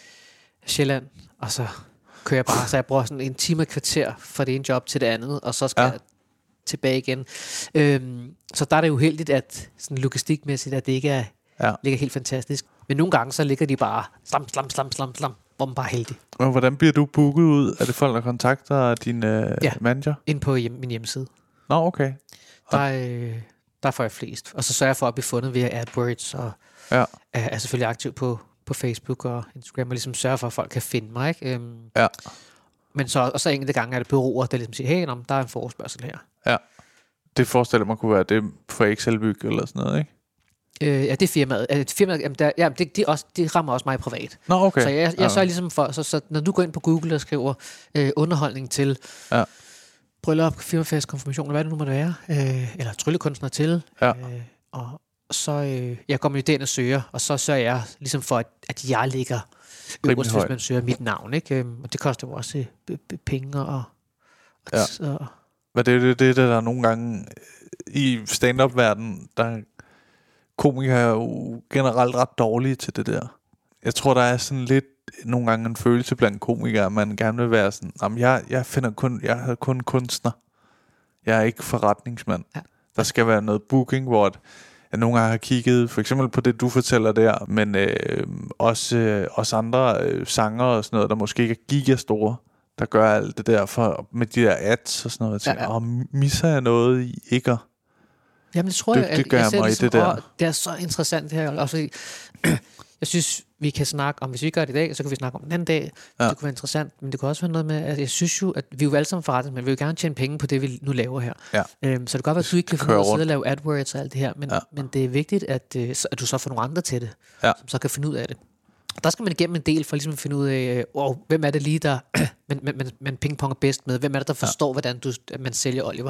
af Sjælland, og så kører jeg bare, så jeg bruger sådan en time og kvarter fra det ene job til det andet, og så skal Ja. jeg tilbage igen. Øhm, så der er det uheldigt, at sådan logistikmæssigt, at det ikke er, Ja. ligger helt fantastisk. Men nogle gange, så ligger de bare slam, slam, slam, slam, slam, hvor man bare er heldig. Og hvordan bliver du booket ud? Er det folk, der kontakter din øh, Ja. manager? Ind på hjem, min hjemmeside. Nå, okay. Der, øh, der får jeg flest. Og så sørger jeg for at blive fundet via AdWords, og Ja. er, er selvfølgelig aktiv på, på Facebook og Instagram, og ligesom sørger for, at folk kan finde mig. Ikke? Øhm, Ja. men så, og så enkelte gange er det bureauer, der ligesom siger, hey, nå, der er en forespørgsel her. Ja. Det forestiller mig kunne være det for Excel Byg eller sådan noget, ikke? Øh, ja, det er firmaet. Øh, firmaet jamen, der, ja, det, det, også, det rammer også mig privat. Nå, okay. Så jeg, jeg Ja. sørger ligesom for, så, så når du går ind på Google og skriver øh, underholdning til Ja. bryllup, firmafest, konfirmation, hvad det nu må det være, øh, eller tryllekunstner til, Ja. øh, og så øh, jeg går med den og søger, og så sørger jeg ligesom for, at, at jeg ligger Rimelig øverst, højt. hvis man søger mit navn, ikke? Øhm, og det koster jo også øh, b- b- penge og, og, Ja. så, Men det er det, det, der er nogle gange i stand-up-verdenen, der komikere er jo generelt ret dårlige til det der. Jeg tror, der er sådan lidt nogle gange en følelse blandt komikere, at man gerne vil være sådan, jamen jeg, jeg finder kun, jeg er kun kunstner. Jeg er ikke forretningsmand. Ja. Der skal være noget booking, hvor at jeg nogle gange har kigget, for eksempel på det, du fortæller der, men øh, også, øh, også andre øh, sanger og sådan noget, der måske ikke er gigastore, der gør alt det der for, med de der ads og sådan noget. Jeg tænker, Ja, ja. åh, misser jeg noget i ikke at... jamen det tror Det- jeg, at det gør jeg jeg ser mig i ligesom, det der. åh, det er så interessant det her, også fordi, jeg synes, vi kan snakke om, hvis vi gør det i dag, så kan vi snakke om den anden dag, Ja. det kunne være interessant, men det kunne også være noget med, at jeg synes jo, at vi er jo alle sammen forrettet, men vi vil jo gerne tjene penge på det, vi nu laver her. Ja. Øhm, så det kan godt være, at du ikke kan finde Kører ud af at sidde rundt. og lave AdWords og alt det her, men, Ja. men det er vigtigt, at, øh, så- at du så får nogle andre til det, Ja. som så kan finde ud af det. Der skal man igennem en del for ligesom at finde ud af, øh, oh, hvem er det lige, der man, man, man, man pingponger bedst med, hvem er det, der forstår, ja. hvordan du, at man sælger Oliver.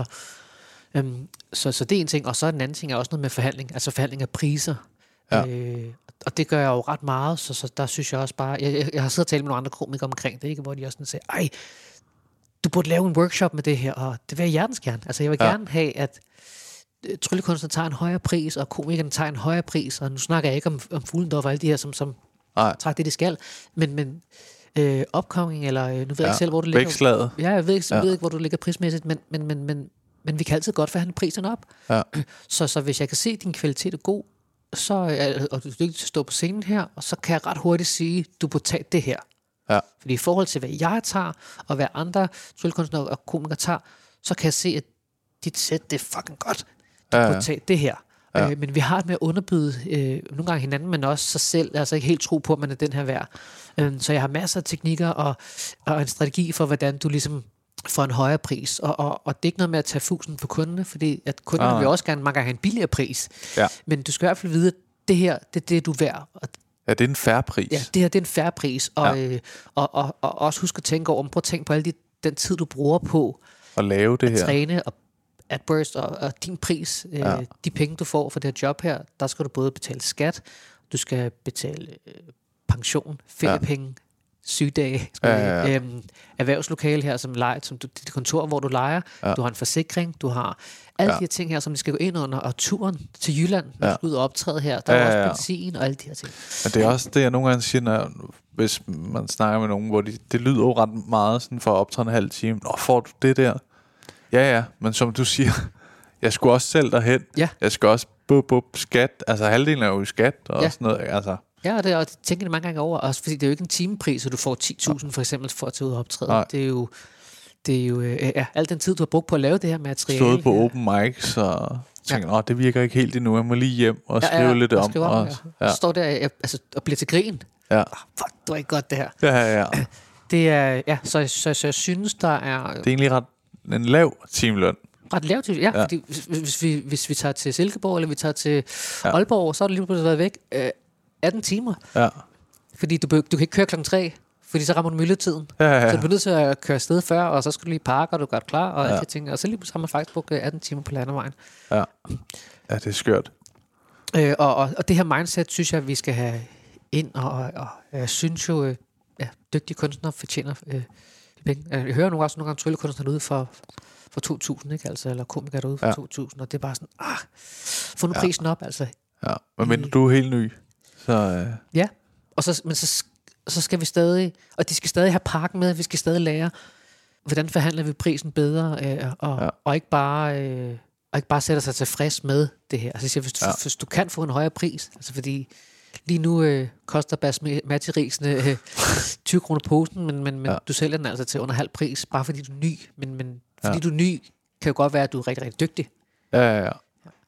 Um, så, så det er en ting, og så en anden ting er også noget med forhandling, altså forhandling af priser. Ja. Øh, og det gør jeg jo ret meget, så, så der synes jeg også bare, jeg, jeg, jeg har siddet og talt med nogle andre komikere omkring det, ikke, hvor de også sådan siger, ej, du burde lave en workshop med det her, og det vil jeg hjertens gerne. Altså jeg vil Ja. gerne have, at øh, tryllekunstnerne tager en højere pris, og komikerne tager en højere pris, og nu snakker jeg ikke om, om Fuglendorf og alle de her, som, som Nej, træk det, de skal, men, men øh, upcoming, eller øh, nu ved jeg Ja. ikke selv, hvor du ligger. vækslaget. Ja, jeg ved ikke, jeg Ja. ved ikke, hvor du ligger prismæssigt, men, men, men, men, men vi kan altid godt forhandle priserne op. Ja. Så, så hvis jeg kan se, at din kvalitet er god, så, øh, og du er dygtig til at stå på scenen her, og så kan jeg ret hurtigt sige, du må tage det her. Ja. Fordi i forhold til, hvad jeg tager, og hvad andre tryllekunstnere og komikere tager, så kan jeg se, at dit sæt, det er fucking godt. Du Ja, må ja. tage det her. Ja. Øh, men vi har det med at underbyde øh, nogle gange hinanden, men også sig selv. Altså ikke helt tro på, at man er den her værd. Øh, så jeg har masser af teknikker og, og en strategi for, hvordan du ligesom får en højere pris. Og, og, og det er ikke noget med at tage fusen for kunderne, fordi at kunderne Ah. vil også gerne mange gange have en billigere pris. Ja. Men du skal i hvert fald vide, at det her, det er det, du er værd. Og Ja, det er en fair pris. ja, det her, det er en fair pris. Og, Ja. øh, og, og, og også husk at tænke over, prøv at tænke på alle de, den tid, du bruger på At lave det at her. træne og AdBurst og, og din pris, øh, Ja. de penge, du får for det her job her, der skal du både betale skat, du skal betale øh, pension, feriepenge, sygedage, skal Ja, vi- ja, ja. Øhm, erhvervslokale her, som lejer, som du, dit kontor, hvor du lejer, Ja. du har en forsikring, du har alle Ja. de her ting her, som de skal gå ind under, og turen til Jylland, når Ja. du skal ud og optræde her, der Ja, er ja, også ja. benzin og alle de her ting. Men det er også det, jeg nogle gange siger, når, hvis man snakker med nogen, hvor de, det lyder jo ret meget sådan for at optræde en halv time. Nå, får du det der? Ja, ja, men som du siger, jeg skulle også selv derhen. Ja. Jeg skal også bup, bup, skat. Altså halvdelen er jo i skat og Ja. sådan noget. Altså, Ja, og det, og det tænker jeg mange gange over, også fordi det er jo ikke en timepris, så du får ti tusind for eksempel for at tage ud og optræde. Nej. Det er jo, det er jo øh, ja, al den tid, du har brugt på at lave det her materiale. stået på her. open mics og tænkt, ja. det virker ikke helt endnu. Jeg må lige hjem og skrive ja, ja, lidt og om. skrive om og, ja. Så står der ja, altså, og bliver til grin. ja. Fuck, det var ikke godt det her. Ja, ja, ja. Det er, ja, så, så, så jeg synes, der er Det er egentlig ret en lav timeløn. ret lavt. Ja, Ja. ja. Fordi hvis, hvis, vi, hvis vi tager til Silkeborg, eller vi tager til Ja. ja. Aalborg, så er det lige pludselig været væk øh, atten timer. Ja. Fordi du, be- du kan ikke køre klokken tre, fordi så rammer du myldretiden. Ja, ja, ja. Så du bliver nødt til at køre afsted før, og så skal du lige parke, og du gør det klar, og Ja. alle de ting. Og så lige pludselig har man faktisk brugt øh, atten timer på landevejen. Ja. Ja, det er skørt. Øh, og, og, og det her mindset, synes jeg, vi skal have ind, og, og, og jeg synes jo, øh, ja, dygtige kunstnere fortjener øh, penge. Jeg hører nogle, også nogle gange tryllekunstnere derude for, for to tusind, ikke? Altså, eller komikere derude for Ja. to tusind, og det er bare sådan, ah, få nu Ja. prisen op, altså. Ja. Men, men du er helt ny. Så øh, Ja, og så, men så, så skal vi stadig, og de skal stadig have pakken med, vi skal stadig lære, hvordan forhandler vi prisen bedre, øh, og, Ja. ja. og ikke bare... Øh, og ikke bare sætte sig tilfreds med det her. Altså, jeg siger, hvis, du, Ja. ja. hvis du kan få en højere pris, altså fordi lige nu øh, koster basmati-risene øh, tyve kroner posen, men, men, men Ja. ja. du sælger den altså til under halv pris, bare fordi du er ny. Men, men fordi Ja. du er ny, kan jo godt være, at du er rigtig, rigtig dygtig. ja, ja, ja.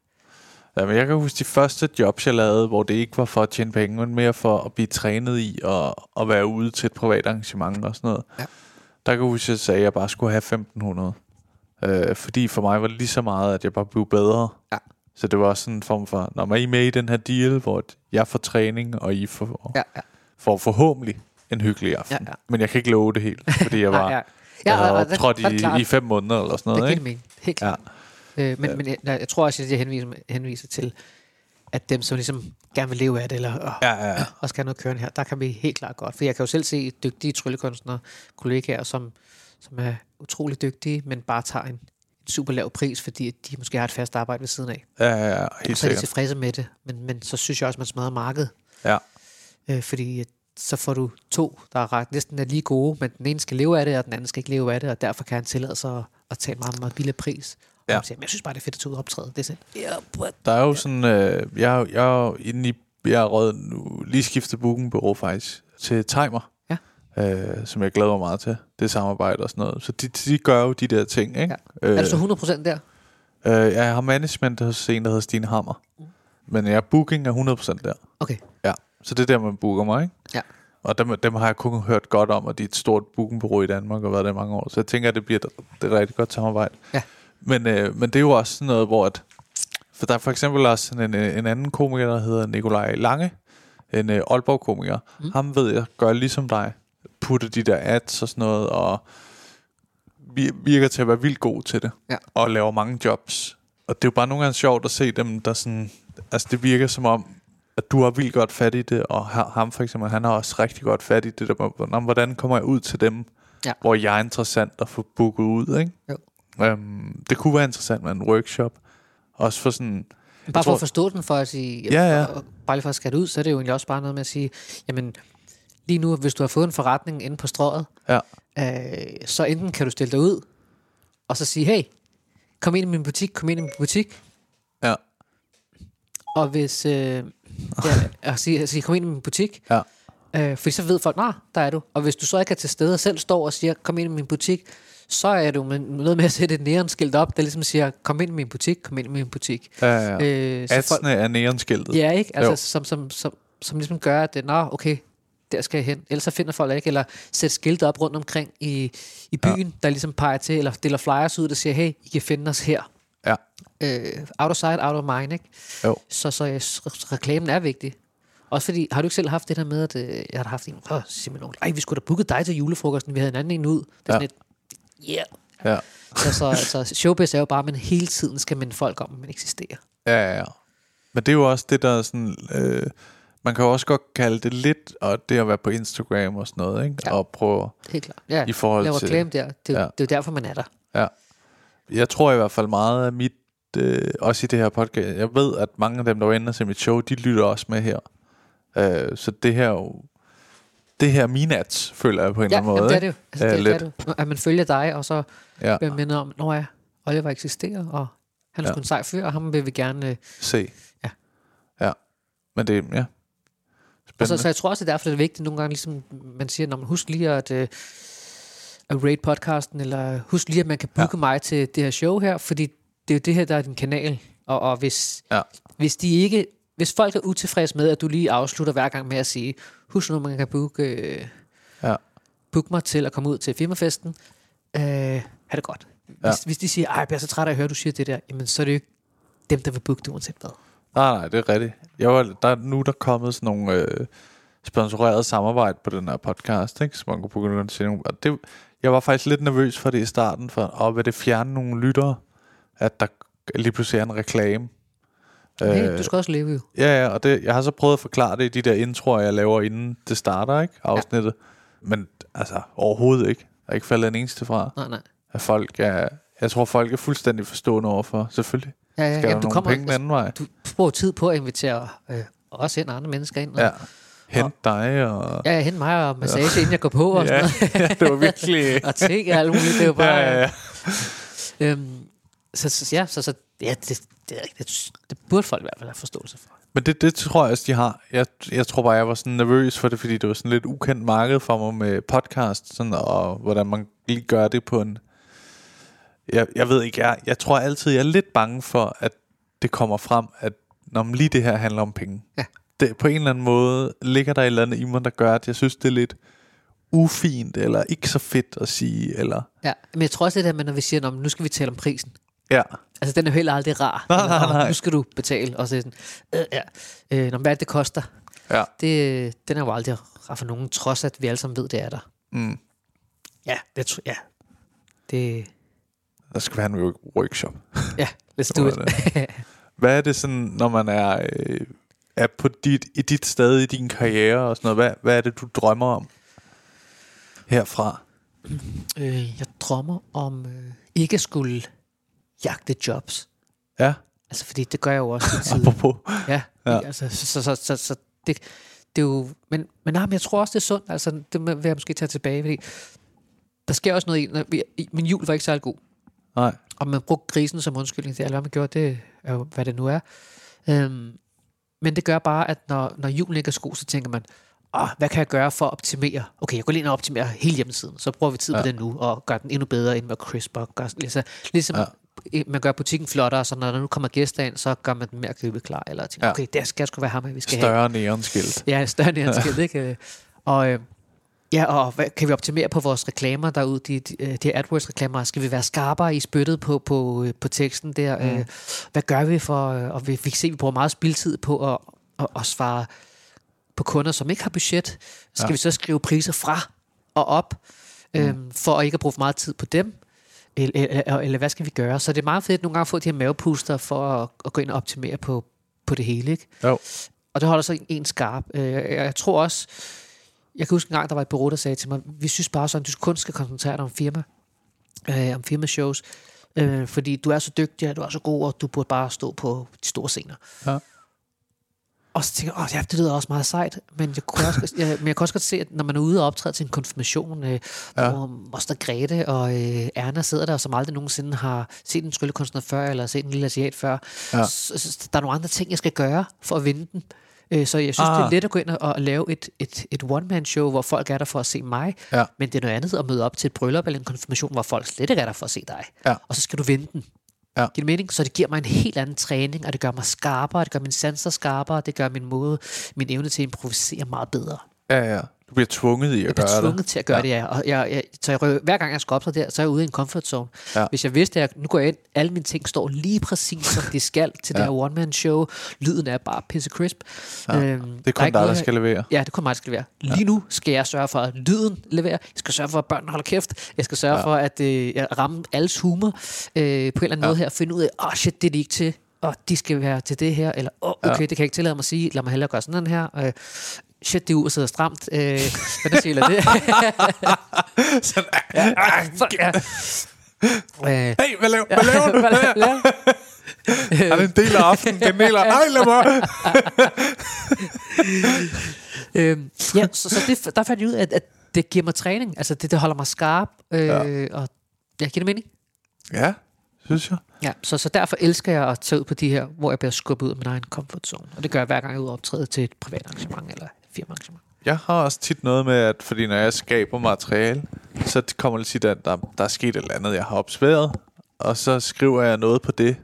Ja, men jeg kan huske de første jobs, jeg lavede, hvor det ikke var for at tjene penge, men mere for at blive trænet i og, og være ude til et privat arrangement og sådan noget. Ja. Der kan jeg huske, at jeg sagde, at jeg bare skulle have femten hundrede. Øh, fordi for mig var det lige så meget, at jeg bare blev bedre. Ja. Så det var også sådan en form for, når man er I med i den her deal, hvor jeg får træning, og I får, Ja, ja. får forhåbentlig en hyggelig aften. Ja, ja. Men jeg kan ikke love det helt, fordi jeg var ja, ja. jeg Ja, havde og- og der- optrådt der er i, klart- i fem måneder eller sådan Det noget. giver Ikke? mening. Helt Ja. klart. Øh, men, men jeg, nej, jeg tror også, at jeg henviser, henviser til, at dem, som ligesom gerne vil leve af det, eller og, Ja, ja, ja. også skal have noget kørende her, der kan vi helt klart godt. For jeg kan jo selv se dygtige tryllekunstnere, kollegaer, som, som er utrolig dygtige, men bare tager en, en super lav pris, fordi de måske har et fast arbejde ved siden af. Ja, ja, ja, Og helt så er de sikkert. tilfredse med det. Men, men så synes jeg også, at man smadrer markedet. Ja. Øh, fordi at så får du to, der er ret, næsten er lige gode, men den ene skal leve af det, og den anden skal ikke leve af det, og derfor kan han tillade sig at, at tage en meget, meget billig pris. Og Ja. ja. Siger, men jeg synes bare, det er fedt at tage ud og optræde. Det er sådan, yeah, but... Der er jo sådan, øh, jeg, jeg er jo inde i, jeg har røget nu, lige skiftet bookingbureau faktisk, til Timer, Ja. øh, som jeg glæder mig meget til, det samarbejde og sådan noget. Så de, de gør jo de der ting, ikke? Ja. Er du så hundrede procent der? Øh, jeg har management hos en, der hedder Stine Hammer, men jeg booking er hundrede procent der. Okay. Ja, så det er der, man booker mig, ikke? Ja. Og dem, dem har jeg kun hørt godt om, og de er et stort bookingbureau i Danmark, og været der i mange år. Så jeg tænker, at det bliver et, det er et rigtig godt samarbejde. Ja. Men, øh, men det er jo også sådan noget, hvor at, for der er for eksempel også sådan en, en anden komiker, der hedder Nikolaj Lange, en øh, Aalborg-komiker. Mm. Ham ved jeg gør ligesom dig, putte de der ads og sådan noget, og vi- virker til at være vildt god til det, Ja. og laver mange jobs. Og det er jo bare nogle gange sjovt at se dem, der sådan, altså det virker som om, at du har vildt godt fat i det, og ham for eksempel, han har også rigtig godt fat i det der, med, hvordan kommer jeg ud til dem, Ja. hvor jeg er interessant at få booket ud, ikke? Jo. Um, det kunne være interessant med en workshop, også for sådan... Bare for tror- at forstå den, for at sige, Ja, ja. og bare lige for at skære det ud, så er det jo egentlig også bare noget med at sige, jamen, lige nu, hvis du har fået en forretning inde på strøget, Ja, øh, så enten kan du stille dig ud, og så sige, hey, kom ind i min butik, kom ind i min butik, ja, Og hvis øh, ja, jeg siger, jeg siger, kom ind i min butik, Ja. øh, fordi så ved folk, nej, der er du. Og hvis du så ikke er til stede og selv står og siger, kom ind i min butik, så er du med noget med at sætte et neonskilt op, der ligesom siger, kom ind i min butik, kom ind i min butik. Ja, ja. Øh, Adsene er neonskiltet. Ja, ikke? Altså, som, som, som, som ligesom gør, at det, nå, okay, der skal jeg hen. Ellers så finder folk ikke. Eller sætte skilte op rundt omkring i, i byen, ja. Der ligesom peger til, eller deler flyers ud, der siger, hey, I kan finde os her. Ja. Øh, out of sight, out of mind, ikke? Jo. Så, så ja, reklamen er vigtig. Også fordi, har du ikke selv haft det der med, at øh, jeg har haft en, åh, simpelthen, ej, vi skulle da booket dig til julefrokosten, vi havde en anden en ud. Det er sådan et, yeah. Ja. Så, så altså, showbiz er jo bare, men hele tiden skal minde folk om, at man eksisterer. Ja, ja. Men det er jo også det, der er sådan... Øh, man kan jo også godt kalde det lidt, og det at være på Instagram og sådan noget, ikke? Ja. Og prøve... Helt klart. Ja, i forhold laver til... reklame der. Det, Ja. det er jo derfor, man er der. Ja. Jeg tror i hvert fald meget af mit... Øh, også i det her podcast... Jeg ved, at mange af dem, der var inde og se mit show, de lytter også med her. Øh, så det her jo... Det her er mine ads, føler jeg på en Ja, eller anden jamen, måde. det er det jo. Altså, Ja, det, det er lidt. det jo. At man følger dig, og så Ja. bliver mindet om, når jeg Oliver eksisterer, og han er Ja. sgu en sej fyr, og ham vil vi gerne... Øh, Se. Ja. Ja. Men det... Ja. og så, Spændende. så jeg tror også, det er derfor, det er vigtigt nogle gange, ligesom man siger, når man husk lige at, øh, at rate podcasten, eller husk lige, at man kan booke ja. mig til det her show her, fordi det er jo det her, der er din kanal. Og, og hvis, Ja. hvis de ikke... Hvis folk er utilfredse med, at du lige afslutter hver gang med at sige, husk nu, man kan booke, øh, Ja. booke mig til at komme ud til firmafesten, øh, ha' det godt. Hvis, Ja. hvis de siger, ej, jeg bliver så træt af at høre, du siger det der, jamen så er det jo ikke dem, der vil booke det uanset hvad. Nej, nej, det er rigtigt. Jeg var, der er nu der er kommet sådan nogle øh, sponsorerede samarbejde på den her podcast, ikke? Så man kunne begynde at se nogle... Og det, jeg var faktisk lidt nervøs for det i starten, for at vil det fjerne nogle lyttere, at der lige pludselig er en reklame. Hey, du skal også leve jo. Ja, ja, og det, jeg har så prøvet at forklare det i de der introer, jeg laver, inden det starter, ikke? Afsnittet. Ja. Men altså, overhovedet ikke. Der er ikke faldet en eneste fra. Nej, nej. At folk er... Jeg tror, folk er fuldstændig forstående overfor. Selvfølgelig. Ja, ja, Skal jamen, der du nogle kommer, penge den anden vej? Du bruger tid på at invitere øh, også ind andre mennesker ind. Og, Ja. Hent dig og... Ja, jeg henter mig og massage, ja. Inden jeg går på og sådan ja, noget. ja, det var virkelig... og ting og alt muligt. Det var bare... ja, ja, ja. Øhm, så, så, ja, så, så ja, det, det, det, det burde folk i hvert fald have forståelse for. Men det, det tror jeg også, de har. Jeg, jeg tror bare, jeg var sådan nervøs for det, fordi det var sådan lidt ukendt marked for mig med podcast, sådan, og hvordan man lige gør det på en... Jeg, jeg ved ikke, jeg, jeg tror altid, jeg er lidt bange for, at det kommer frem, at når man lige det her handler om penge. Ja. Det, på en eller anden måde ligger der et eller andet i mig, der gør, at jeg synes, det er lidt ufint, eller ikke så fedt at sige, eller... Ja, men jeg tror også det der med, når vi siger, nu skal vi tale om prisen. Ja. Altså, den er jo heller aldrig rar. Nej, nej, nej. Nu skal du betale. Og så er sådan, øh, ja. øh, når, hvad det koster. Ja. Det, den er jo aldrig rar for nogen, trods at vi alle sammen ved, det er der. Mm. Ja, det tror ja. Det... Der skal være en workshop. Ja, let's do it. Hvad er det sådan, når man er, øh, er på dit, i dit sted i din karriere og sådan noget? Hvad, hvad er det, du drømmer om herfra? øh, jeg drømmer om øh, ikke at skulle jagte jobs. Ja. Altså, fordi det gør jeg jo også i tiden. Apropos. Ja, Ja. altså, så, så, så, så, så det, det er jo... Men, men, nej, men jeg tror også, det er sundt. Altså, det vil jeg måske tage tilbage, fordi der sker også noget i... Når vi, min jul var ikke særlig god. Nej. Og man brugte krisen som undskyldning til, eller hvad man gjorde, det er jo, hvad det nu er. Øhm, men det gør bare, at når, når julen ikke er så god, så tænker man, åh, hvad kan jeg gøre for at optimere? Okay, jeg går lige ind og optimerer hele hjemmesiden, så bruger vi tid på Ja. den nu, og gør den endnu bedre, end med crisp, og gør, ligesom, ligesom ja. man gør butikken flottere, så når der nu kommer gæster ind, så gør man den mere købeklar, eller tænker, Ja. okay, der skal sgu være ham, vi skal Større have. neonskilt. Ja, større neonskilt, ikke? Og... Øh, Ja, og hvad, kan vi optimere på vores reklamer derude, de, de, de AdWords-reklamer? Skal vi være skarpere i spyttet på, på, på teksten der? Mm. Øh, hvad gør vi for... Og vi, vi kan se, at vi bruger meget spildtid på at, at, at svare på kunder, som ikke har budget. Skal ja. vi så skrive priser fra og op, mm. øhm, for ikke at bruge for meget tid på dem? Eller, eller, eller hvad skal vi gøre? Så det er meget fedt nogle gange at få de her mavepuster for at, at gå ind og optimere på, på det hele, ikke? Jo. Og det holder så en skarp. Øh, jeg, jeg tror også... Jeg kan huske en gang, der var et bureau, der sagde til mig, vi synes bare sådan, du kun skal koncentrere dig om firma, øh, om firmashows, øh, fordi du er så dygtig, og du er så god, og du burde bare stå på de store scener. Ja. Og så tænker jeg, åh, ja, det lyder også meget sejt, men jeg kunne også, jeg, men jeg kan også godt se, at når man er ude og optræde til en konfirmation, øh, ja. hvor Moster Grete og øh, Erna sidder der, som aldrig nogensinde har set en tryllekunstner før, eller set en lille asiat før, ja. så, så, der er nogle andre ting, jeg skal gøre for at vinde den. Øh, så jeg synes, ah. det er let at gå ind og, og lave et, et, et one-man-show, hvor folk er der for at se mig, ja. men det er noget andet at møde op til et bryllup eller en konfirmation, hvor folk slet ikke er der for at se dig. Ja. Og så skal du vinde den. Ja. Giver det mening? Så det giver mig en helt anden træning, og det gør mig skarpere, det gør min sanser skarpere, det gør min måde, min evne til at improvisere meget bedre. Ja, ja. Du bliver tvunget i at gøre det. Jeg bliver tvunget til at gøre ja. det, ja. Og jeg, jeg, så jeg, hver gang jeg skal optræde der, så er jeg ude i en comfort zone. Ja. Hvis jeg vidste, at nu går jeg ind, alle mine ting står lige præcis, som de skal til ja. det her one-man-show. Lyden er bare pisse crisp. Ja. Øhm, det er kun dig, der skal levere. Ja, det er kun mig, der skal levere. Lige ja. nu skal jeg sørge for, at lyden leverer. Jeg skal sørge for, at børnene holder kæft. Jeg skal sørge ja. for, at øh, jeg rammer alles humor øh, på en eller anden ja. måde her. Og finde ud af, åh oh, shit, det er de ikke til. Og de skal være til det her. Eller, åh, oh, okay, ja. det kan jeg ikke tillade mig at sige. Lad mig hellere gøre sådan her. Øh, Shit, det ur sidder stramt. Øh, hvordan siger jeg det? Sådan, ja, så, ja. Øh, hey, hvad laver, hvad laver du? Hvad laver? Er det en del af aftenen? Den del af... Ej, lad mig! øhm, ja, så, så det, der fandt jeg ud af, at, at det giver mig træning. Altså, det, det holder mig skarp. Øh, ja. Og ja, giver det mening? Ja, synes jeg. Ja, så, så derfor elsker jeg at tage ud på de her, hvor jeg bliver skubbet ud af min egen comfort zone. Og det gør jeg hver gang jeg er ude og optræde til et privat arrangement eller firmaarrangement. Jeg har også tit noget med, at fordi når jeg skaber materiale, så kommer det tit, at der, der er sket et eller andet, jeg har observeret, og så skriver jeg noget på det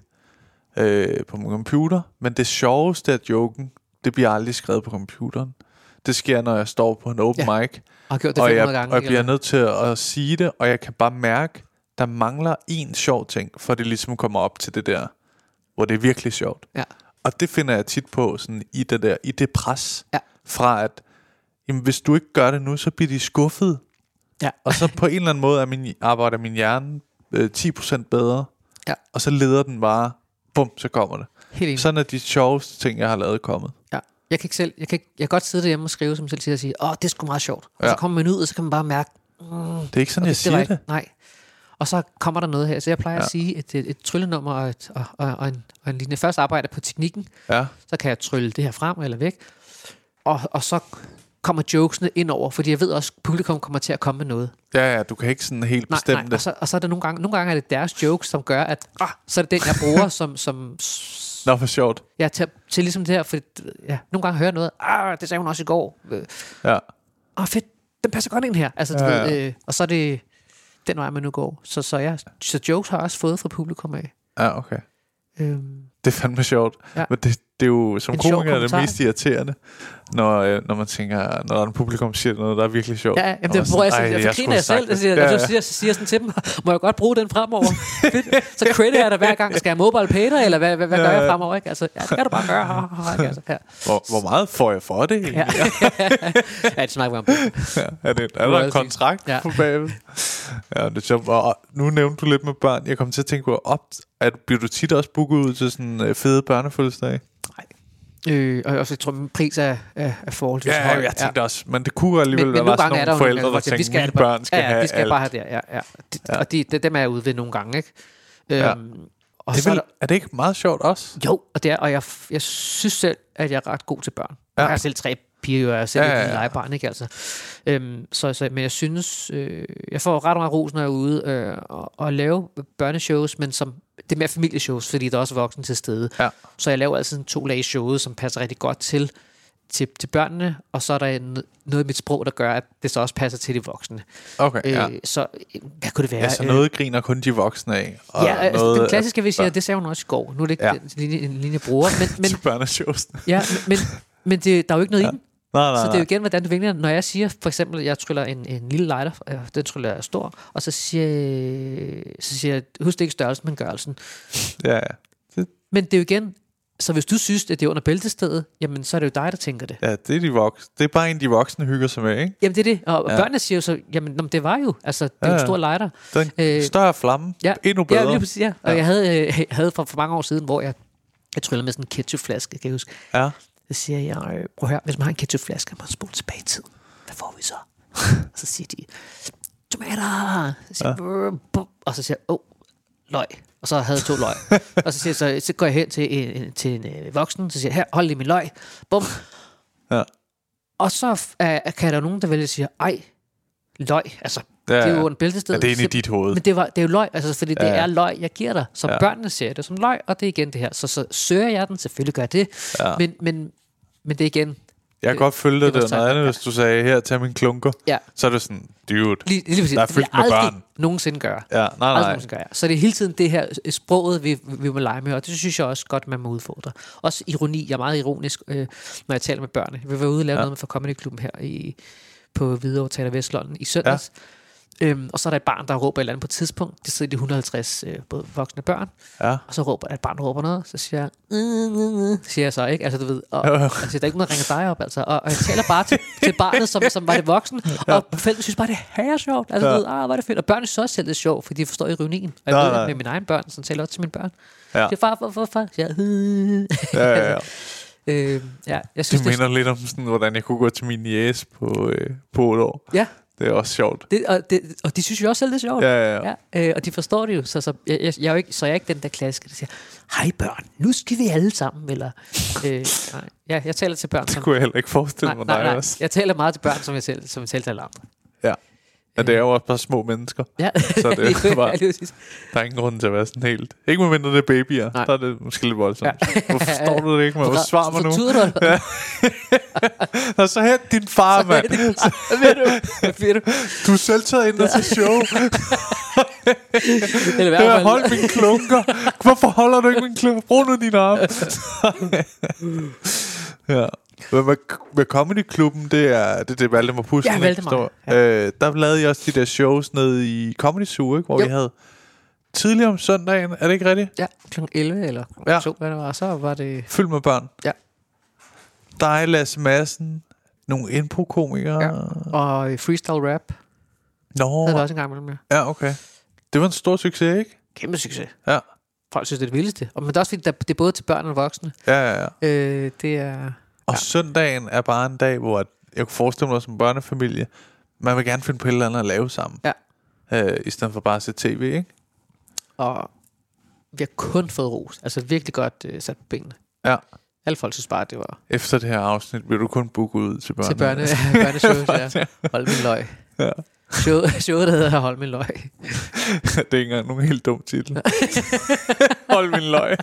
øh, på min computer. Men det sjoveste af joken, det bliver aldrig skrevet på computeren. Det sker, når jeg står på en open ja. mic, og, det og, jeg, gange, og jeg bliver nødt til at sige det, og jeg kan bare mærke, der mangler en sjov ting, for det ligesom kommer op til det der, hvor det er virkelig sjovt. Ja. Og det finder jeg tit på sådan i det der, i det pres, ja. fra at jamen, hvis du ikke gør det nu, så bliver de skuffet. Ja. Og så på en eller anden måde er min, arbejder min hjerne øh, ti procent bedre, ja. og så leder den bare, bum, så kommer det. Helt sådan er de sjoveste ting, jeg har lavet, kommet. Ja. Jeg kan ikke selv, jeg kan, jeg kan godt sidde derhjemme og skrive, som selv siger, og sige, åh, det er sgu meget sjovt. Og ja. så kommer man ud, og så kan man bare mærke, mm, det er ikke sådan, jeg siger det. det. Nej. Og så kommer der noget her. Så jeg plejer ja. at sige et, et, et tryllenummer og, et, og, og, og, en, og en linje. Først arbejder på teknikken. Ja. Så kan jeg trylle det her frem eller væk. Og, og så kommer jokesene ind over, fordi jeg ved også, at publikum kommer til at komme med noget. Ja, ja, du kan ikke sådan helt nej, bestemme nej. det. Og så, og så er det nogle gange, nogle gange er det deres jokes, som gør, at ah, så er det den, jeg bruger som... som Nå, for sjovt. Ja, til, til ligesom det her, for ja, nogle gange hører jeg noget, ah, det sagde hun også i går. Ja. Åh, fedt, den passer godt ind her. Altså, ja, ja. Ved, øh, og så er det den vej, man nu går. Så, så, ja, så jokes har jeg også fået fra publikum af. Ja, okay. Øhm, det er fandme sjovt. Ja. Men det, det er jo som komiker det mest irriterende, når, øh, når man tænker, når der er en publikum siger noget, der er virkelig sjovt. Ja, jamen, det bruger jeg, jeg, jeg, jeg forgriner jeg selv, og siger, ja, ja. Så siger, så siger sådan til dem, må jeg godt bruge den fremover? Så credit er der hver gang, skal jeg mobile pay dig, eller hvad, hvad, hvad ja, gør jeg fremover? Ikke? Altså, ja, det kan du bare gøre. Altså, ja. hvor, hvor meget får jeg for det? Ja, ja det snakker vi om. Ja, er, det, er der en kontrakt ja. på bagved? Ja, det er sjovt. Og nu nævnte du lidt med børn. Jeg kom til at tænke på, op, at bliver du tit også booket ud til sådan uh, fede børnefødselsdage? Nej. Øh, og jeg tror, min pris er, er, er forholdsvis ja, høj. jeg tænkte ja. også, men det kunne alligevel men, være sådan nogle forældre, der tænker, mine børn skal ja, ja, have de skal alt. bare have det, ja, ja. De, ja. Og de, de, dem er jeg ude ved nogle gange, ikke? Ja. Øhm, og det er, vel, er det ikke meget sjovt også? Jo, og, det er, og jeg, jeg synes selv, at jeg er ret god til børn. Ja. Jeg har selv tre piger, og jeg er selv ja, ja, ja. et legebarn, ikke altså? Øhm, så, så, men jeg synes, øh, jeg får ret meget ros, når jeg er ude øh, og, og lave børneshows, men som det er mere familieshows, fordi der er også voksne til stede. Ja. Så jeg laver altid en to lag showet, som passer rigtig godt til, til, til børnene, og så er der en, noget i mit sprog, der gør, at det så også passer til de voksne. Okay, øh, ja. Så hvad kunne det være? Ja, så noget øh, griner kun de voksne af. Og ja, altså, noget, den klassiske, vil sige, det sagde hun også i går. Nu er det ikke ja. den linje, en linje, jeg bruger. Men, men, til børneshows. Ja, men, men det, der er jo ikke noget ja. i den. Nej, nej, så det er jo igen, hvordan du vælger. Når jeg siger, for eksempel, jeg tryller en, en lille lighter, øh, den tryller jeg stor, og så siger, så siger jeg, husk det ikke størrelsen, men gørelsen. Ja, ja. Det. Men det er jo igen, så hvis du synes, at det er under bæltestedet, jamen så er det jo dig, der tænker det. Ja, det er de voksne. Det er bare en, de voksne hygger sig med, ikke? Jamen det er det. Og ja. børnene siger jo så, jamen det var jo, altså det er ja, ja. en stor lighter. Det er en øh, større flamme. Ja, endnu bedre. Ja, lige præcis, ja. Og ja. jeg havde, øh, havde for, for mange år siden, hvor jeg, jeg tryllede med sådan en ketchupflaske, kan jeg huske. Ja. Så siger jeg, prøv at høre, hvis man har en ketchupflaske, kan man spole tilbage i tid. Hvad får vi så? Så siger de, tomater! Så siger, ja. Og så siger jeg, åh, oh, løg. Og så havde jeg to løg. Og så, siger jeg, så, så går jeg hen til en, til en øh, voksen, så siger jeg, her, hold lige min løg. Bum. Ja. Og så øh, kan der nogen, der vælger at sige, ej, løg, altså, ja, det er jo en bæltested. Ja, det er inde i dit hoved. Men det, var, det er jo løg, altså, fordi ja, det ja. er løg, jeg giver dig. Så ja. børnene ser det som løg, og det er igen det her. Så, så søger jeg den, selvfølgelig gør jeg det. Ja. Men, men, men det er igen... Jeg kan godt følge dig, det, det var noget andet, ja. Hvis du sagde, her, tag min klunker. Ja. Så er det sådan, dude, lige, lige præcis, der er fyldt med børn. Nogensinde gøre. Ja, nej, nej. Aldrig nogensinde gøre. Så det er hele tiden det her sproget, vi, vi må lege med, og det synes jeg også godt, man må udfordre. Også ironi. Jeg er meget ironisk, øh, når jeg taler med børnene. Vi var ude og lave ja. noget med for Comedy Klubben her i, på Hvidovre Teater Vestlund i søndags. Ja. Øhm, og så er der et barn, der råber et eller andet på et tidspunkt. Det sidder de et hundrede og halvtreds øh, både voksne børn. Ja. Og så råber et barn, der råber noget. Så siger jeg, øh, øh, siger jeg så, ikke? Altså, du ved, og, og altså, der er ikke nogen, der ringer dig op, altså. Og, og jeg taler bare til, til barnet, som, som var det voksen. Ja. Og forældrene synes bare, det er sjovt. Altså, ja. du ved, ah, var det fedt. Og børnene synes også selv, det er sjovt, fordi de forstår ironien. Og jeg nej, ved nej. med mine egne børn, så taler jeg også til mine børn. Ja. Jeg siger, far, far, far, far. Jeg, øh. ja, ja, ja. øh, ja, jeg synes, det minder det lidt om sådan, hvordan jeg kunne gå til min jæs på, øh, på et år. Ja. Det er også sjovt. Det, og, det, og de synes jo også selv, det er sjovt. Ja, ja, ja. ja øh, og de forstår det jo. Så, så, jeg, jeg, jeg er jo ikke, så jeg er ikke den der klassiker, der siger, hej børn, nu skal vi alle sammen. Eller, øh, nej, ja, jeg taler til børn. Det som, kunne jeg heller ikke forestille nej, mig nej, dig nej, også. Jeg taler meget til børn, som jeg selv, som jeg selv taler andre. Ja. Ja, det er jo også bare små mennesker. Ja. Så det er bare, der er ingen grund til at være sådan helt. Ikke medmindre det er babyer. Nej. Der er det måske lidt voldsomt. Ja. Hvorfor forstår du det ikke? Man svar mig nu. Fortyder du det? Og så hent din far, mand. Hvad ved du? Du er selv taget ind og til show. Jeg hold min klunker. Hvorfor holder du ikke min klunker? Brug nu din arm. Ja. Men med, med Comedy Klubben, det er det, det Valdemar Pudsen. Ja, Valdemar. Ja. Øh, der lavede jeg også de der shows nede i Comedy Zoo, ikke? Hvor jo. Vi havde tidligere om søndagen, er det ikke rigtigt? Ja, klokken elleve eller ja. to, hvad det var. Så var det... Fyldt med børn. Ja. Dig, Lasse Madsen, nogle impro-komikere. Ja. Og freestyle rap. Nå. Det havde også en gang imellem, ja. Ja, okay. Det var en stor succes, ikke? Kæmpe succes. Ja. Folk synes, det er det vildeste. Og, men det er også fordi, det er både til børn og voksne. Ja, ja, ja. Øh, det er... Og ja. søndagen er bare en dag, hvor jeg kunne forestille mig som børnefamilie, man vil gerne finde på et eller andet at lave sammen. Ja. Øh, I stedet for bare at se tv, ikke? Og vi har kun fået ros. Altså virkelig godt øh, sat på benene. Ja. Alle folk synes bare, det var... Efter det her afsnit vil du kun booke ud til børnene. Til børne, børneshows, ja. Hold min løg. Ja. Show, showet, der hedder Hold min løg. Det er ikke engang nogen helt dum titel. Hold min løg.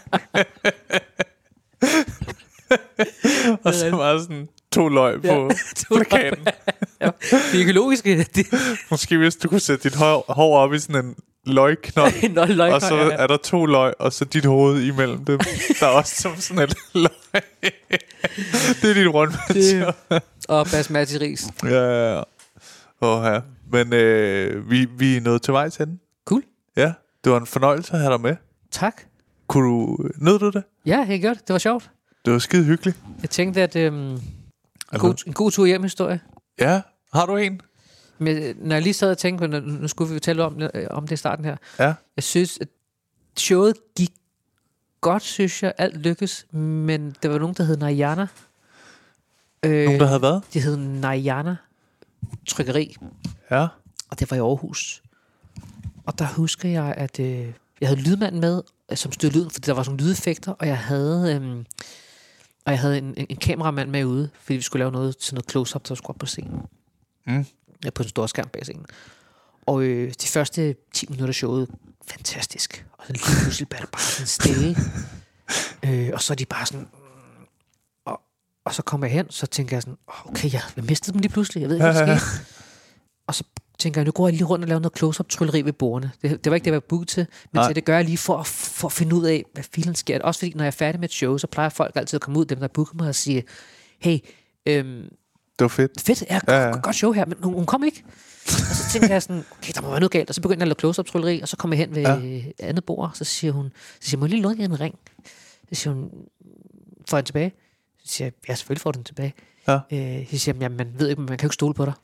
Og så var sådan to løg på ja, plakaten. Ja, det økologiske. Det. Måske hvis du kunne sætte dit hår, hår op i sådan en løgknold, Nå, løgknold, og så ja. er der to løg, og så dit hoved imellem dem. Der er også som sådan et løg. Det er dit rundmatur. Og basmati ris. Ja, ja, ja. Oh, ja. Men øh, vi, vi er nået til vej til den. Cool. Ja, det var en fornøjelse at have dig med. Tak. Kunne du, nød du det? Ja, jeg gjorde det. Det var sjovt. Det var skide hyggeligt. Jeg tænkte, at øhm, en, god, en god tur hjem historie. Ja, har du en? Men, når jeg lige sad og tænkte, nu, nu skulle vi tale om, om det i starten her. Ja. Jeg synes, at showet gik godt, synes jeg. Alt lykkes. Men der var nogen, der hed Narayana. Øh, nogen, der havde hvad? De hed Narayana Trykkeri. Ja. Og det var i Aarhus. Og der husker jeg, at øh, jeg havde lydmanden med, som styrede lyden, fordi der var sådan nogle lydeffekter, og jeg havde, øhm, og jeg havde en, en, en kameramand med ude, fordi vi skulle lave noget til noget close-up, der skulle op på scenen. Mm. Ja, på en stor skærm bag scenen. Og øh, de første ti minutter showet, fantastisk. Og så lige pludselig bare, bare sådan stille. øh, og så er de bare sådan... Og, og så kommer jeg hen, så tænker jeg sådan, okay, jeg, jeg mistede dem lige pludselig, jeg ved ikke, hvad der skete. Og så tænker jeg, nu går jeg lige rundt og laver noget close-up trylleri ved bordene. Det, det var ikke det, jeg var booket til, men så det gør jeg lige for, for at finde ud af, hvad filen sker. Også fordi, når jeg er færdig med et show, så plejer folk altid at komme ud, dem der booker mig, og sige, hey, øhm, det var fedt. Fedt, ja, ja, ja. Godt show her, men hun, hun kom ikke. Og så tænker jeg sådan, okay, der må være noget galt. Og så begynder jeg at lave close-up trylleri, og så kommer jeg hen ved ja. andet bord, så siger hun, så siger, må jeg lige låne en ring? Så siger hun, får jeg den tilbage? Så siger jeg, ja, selvfølgelig får du den tilbage. Ja. Øh, så siger jeg, ja, man ved ikke, man kan jo ikke stole på dig.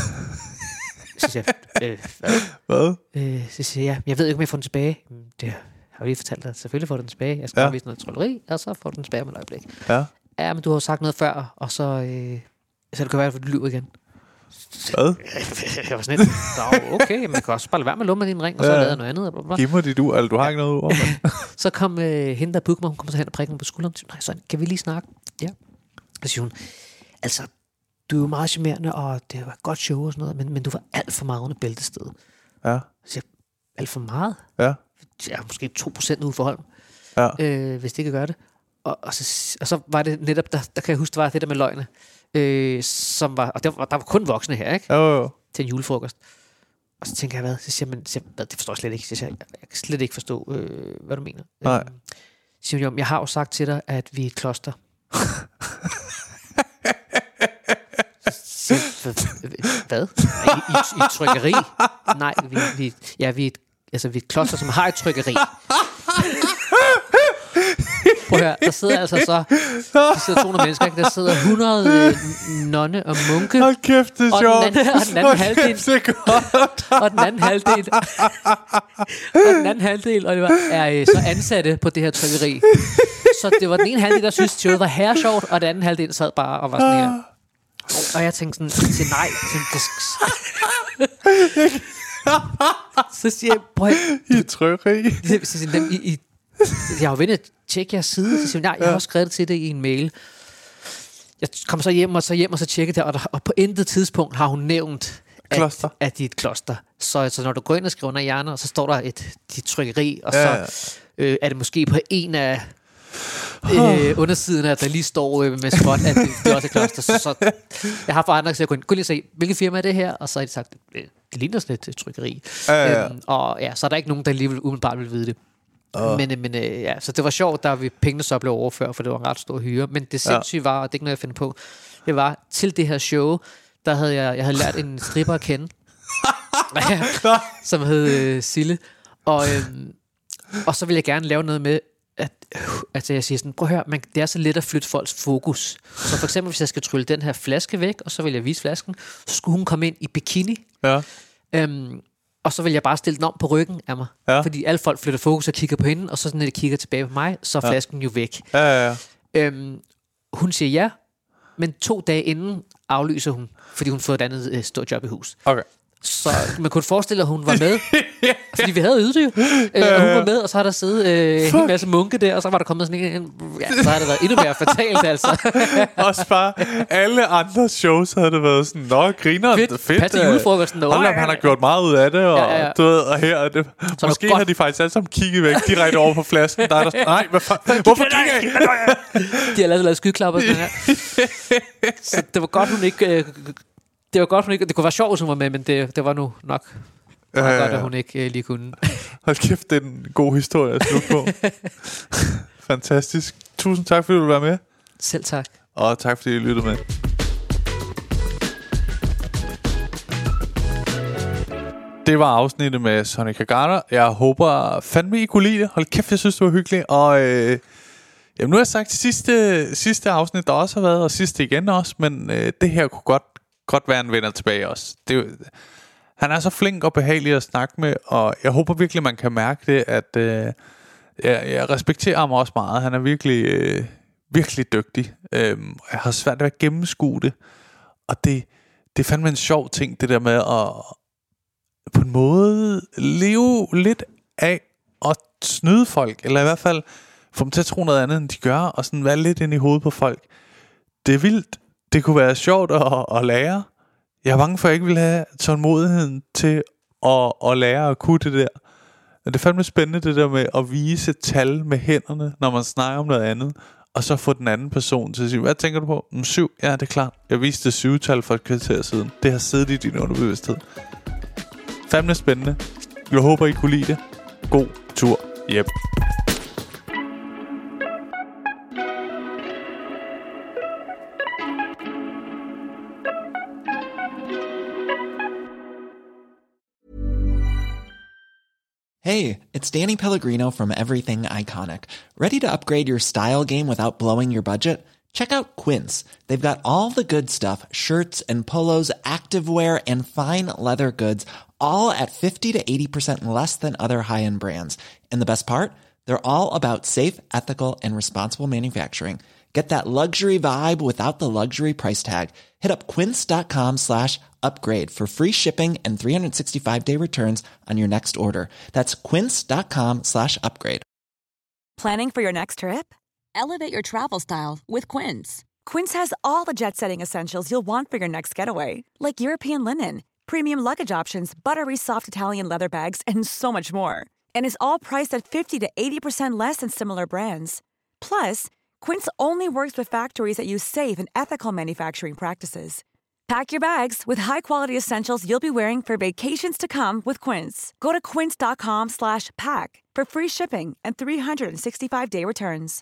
Så siger jeg, øh, hvad? Øh, så siger jeg, jeg ved ikke, om jeg får den tilbage. Det har jeg lige fortalt dig. Selvfølgelig får du den tilbage. Jeg skal ja. vise noget trylleri, og så får du den tilbage om et øjeblik. Ja. Ja, men du har sagt noget før, og så, øh, så det kan være, at du lyver igen. Hvad? Jeg var sådan lidt, okay, man kan også bare lade være med at lumme din ring, og så ja. Lade noget andet. Bla, bla. Giv mig dit ur, eller du har ikke noget ur. Så kom øh, hende, der bookede mig, hun kom så hen og prikkede mig på skulderen. Nej, så kan vi lige snakke? Ja. Så siger hun, altså, du er jo meget charmerende, og det var et godt show og sådan noget, men, men du var alt for meget under bæltestedet. Ja. Så jeg, alt for meget? Ja. Ja, måske to procent ude for Holm, ja. øh, hvis det kan gøre det. Og, og, så, og så var det netop, der, der kan jeg huske, det var det der med løgne, øh, som var, og der var, der var kun voksne her, ikke? Jo, jo. Til en julefrokost. Og så tænker jeg, hvad? Så siger man, så siger, det forstår jeg slet ikke. Så siger jeg, jeg kan slet ikke forstå, øh, hvad du mener. Nej. Øh, så siger jeg, jeg har jo sagt til dig, at vi er et kloster. Så, hvad? I, i, i et trykkeri? Nej, vi, vi, ja, vi er et, altså, vi er et kloster, som har et trykkeri. Prøv at høre, der sidder altså så der sidder to hundrede mennesker, ikke? Der sidder hundrede øh, nonne og munke. Hold kæft, det er og sjovt. Den anden, og den anden halvdel. Og den anden halvdel. Og den anden halvdel, og det var, er øh, så ansatte på det her trykkeri. Så det var den ene halvdel, der synes, at showet var her sjovt, og den anden halvdel sad bare og var sådan her. Og jeg tænkte sådan, til nej. Til, så siger jeg, prøv I trykkeri. I, I, jeg har jo vendt at tjekke jeres side, så siger jeg, nej, jeg har også skrevet det til det i en mail. Jeg kom så hjem og så hjem og så tjekkede det, og, der, og på intet tidspunkt har hun nævnt, at, at de er et kloster. Så, så når du går ind og skriver under hjerner, så står der et dit trykkeri, og ja, så øh, er det måske på en af øh, undersiden, at der lige står øh, med spot, at det, det er også et kloster. Så, så jeg har forandret, så jeg kunne lige se, hvilket firma er det her? Og så har de sagt, det, det ligner sådan et trykkeri. Ja, ja, ja. Øhm, og ja, så er der ikke nogen, der alligevel umiddelbart vil vide det. Uh. Men, men øh, ja, så det var sjovt, da vi pengene så blev overført, for det var en ret stor hyre. Men det sindssyge var, og det er ikke noget, jeg finder på, det var til det her show, der havde jeg, jeg havde lært en stripper at kende, som hed øh, Sille. Og, øh, og så ville jeg gerne lave noget med, at, at jeg siger sådan, prøv at høre, man, det er så let at flytte folks fokus. Så for eksempel, hvis jeg skal trylle den her flaske væk, og så vil jeg vise flasken, så skulle hun komme ind i bikini. Ja. Øhm, Og så vil jeg bare stille den om på ryggen af mig. Ja. Fordi alle folk flytter fokus og kigger på hende, og så når de kigger tilbage på mig, så er ja. Flasken jo væk. Ja, ja, ja. Øhm, hun siger ja, men to dage inden aflyser hun, fordi hun får et andet øh, stort job i hus. Okay. Så man kunne forestille, at hun var med, fordi vi havde ydet det jo. Øh, og hun var med, og så har der siddet øh, en masse munke der, og så var der kommet sådan en, ja, så har det været endnu mere fatalt, altså. Også bare alle andre shows havde det været sådan, nå, griner, fedt, fedt. Pas til julefrokosten. Hold op, han har gjort meget ud af det, og, ja, ja, ja. Du ved, og her er det. Så måske har de faktisk alle sammen kigget væk direkte over på flasken. Der er der, nej, hvad fa- hvorfor kigger jeg? De har lavet, lavet skyklapper sådan her. Så det var godt, hun ikke... Øh, Det var godt, hun ikke... Det kunne være sjovt, hvis hun var med, men det, det var nu nok ja, ja, ja. Godt, at hun ikke uh, lige kunne. Hold kæft, det er en god historie at slutte på. Fantastisk. Tusind tak, fordi du ville være med. Selv tak. Og tak, fordi I lyttede med. Det var afsnittet med Sonny Kagara. Jeg håber fandme, I kunne lide det. Hold kæft, jeg synes, det var hyggeligt. Og øh, jamen, nu har jeg sagt sidste, sidste afsnit, der også har været, og sidste igen også, men øh, det her kunne godt godt være en venner tilbage også. Det, han er så flink og behagelig at snakke med, og jeg håber virkelig, man kan mærke det, at øh, jeg, jeg respekterer ham også meget. Han er virkelig, øh, virkelig dygtig. Øh, jeg har svært ved at gennemskue det, og det, det er fandme en sjov ting, det der med at på en måde leve lidt af at snyde folk, eller i hvert fald få dem til at tro noget andet, end de gør, og sådan være lidt ind i hovedet på folk. Det er vildt. Det kunne være sjovt at, at lære. Jeg er bange for, at jeg ikke vil have tålmodigheden til at, at lære at kunne det der. Men det er fandme spændende, det der med at vise tal med hænderne, når man snakker om noget andet, og så få den anden person til at sige, hvad tænker du på? Mm, syv? Ja, det er klart. Jeg viste det syvtal for et kvarter siden. Det har siddet i din underbevidsthed. Fandme spændende. Jeg håber, I kunne lide det. God tur hjem. Hey, it's Danny Pellegrino from Everything Iconic. Ready to upgrade your style game without blowing your budget? Check out Quince. They've got all the good stuff, shirts and polos, activewear, and fine leather goods, all at fifty to eighty percent less than other high-end brands. And the best part? They're all about safe, ethical, and responsible manufacturing. Get that luxury vibe without the luxury price tag. Hit up quince.com slash upgrade for free shipping and three sixty-five day returns on your next order. That's quince.com slash upgrade. Planning for your next trip? Elevate your travel style with Quince. Quince has all the jet-setting essentials you'll want for your next getaway, like European linen, premium luggage options, buttery soft Italian leather bags, and so much more. And is all priced at fifty to eighty percent less than similar brands. Plus, Quince only works with factories that use safe and ethical manufacturing practices. Pack your bags with high-quality essentials you'll be wearing for vacations to come with Quince. Go to quince.com slash pack for free shipping and three sixty-five day returns.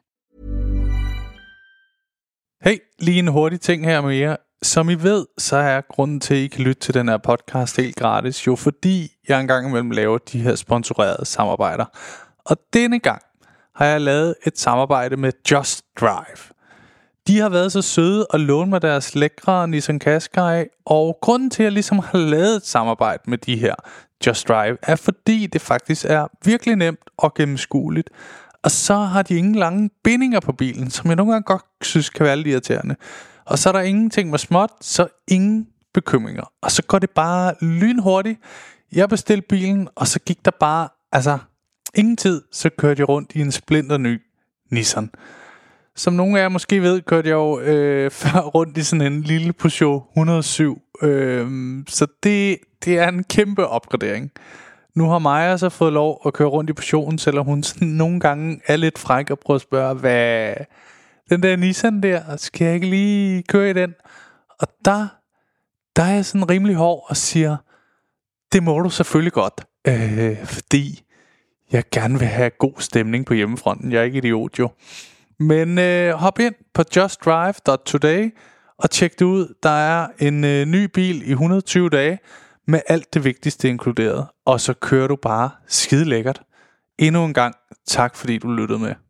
Hey, lige en hurtig ting her med jer. Som I ved, så er grunden til, at I kan lytte til den her podcast helt gratis, jo fordi jeg engang imellem laver de her sponsorerede samarbejder. Og denne gang har jeg lavet et samarbejde med Just Drive. De har været så søde at låne mig deres lækre Nissan Qashqai, og grunden til, at jeg ligesom har lavet et samarbejde med de her Just Drive, er fordi det faktisk er virkelig nemt og gennemskueligt. Og så har de ingen lange bindinger på bilen, som jeg nogle gange godt synes kan være lidt irriterende. Og så er der ingenting med småt, så ingen bekymringer. Og så går det bare lynhurtigt. Jeg bestilte bilen, og så gik der bare, altså ingen tid, så kørte jeg rundt i en splinter ny Nissan. Som nogle af jer måske ved, kørte jeg jo øh, før rundt i sådan en lille Peugeot et hundrede og syv. Øh, så det, det er en kæmpe opgradering. Nu har Maja så fået lov at køre rundt i Peugeoten, selvom hun sådan nogle gange er lidt fræk og prøver at spørge, hvad den der Nissan der, skal jeg ikke lige køre i den? Og der, der er jeg sådan rimelig hård og siger, det må du selvfølgelig godt, øh, fordi jeg gerne vil have god stemning på hjemmefronten. Jeg er ikke idiot jo. Men øh, hop ind på just drive dot today og tjek det ud. Der er en øh, ny bil i et hundrede og tyve dage med alt det vigtigste inkluderet. Og så kører du bare skide lækkert. Endnu en gang tak fordi du lyttede med.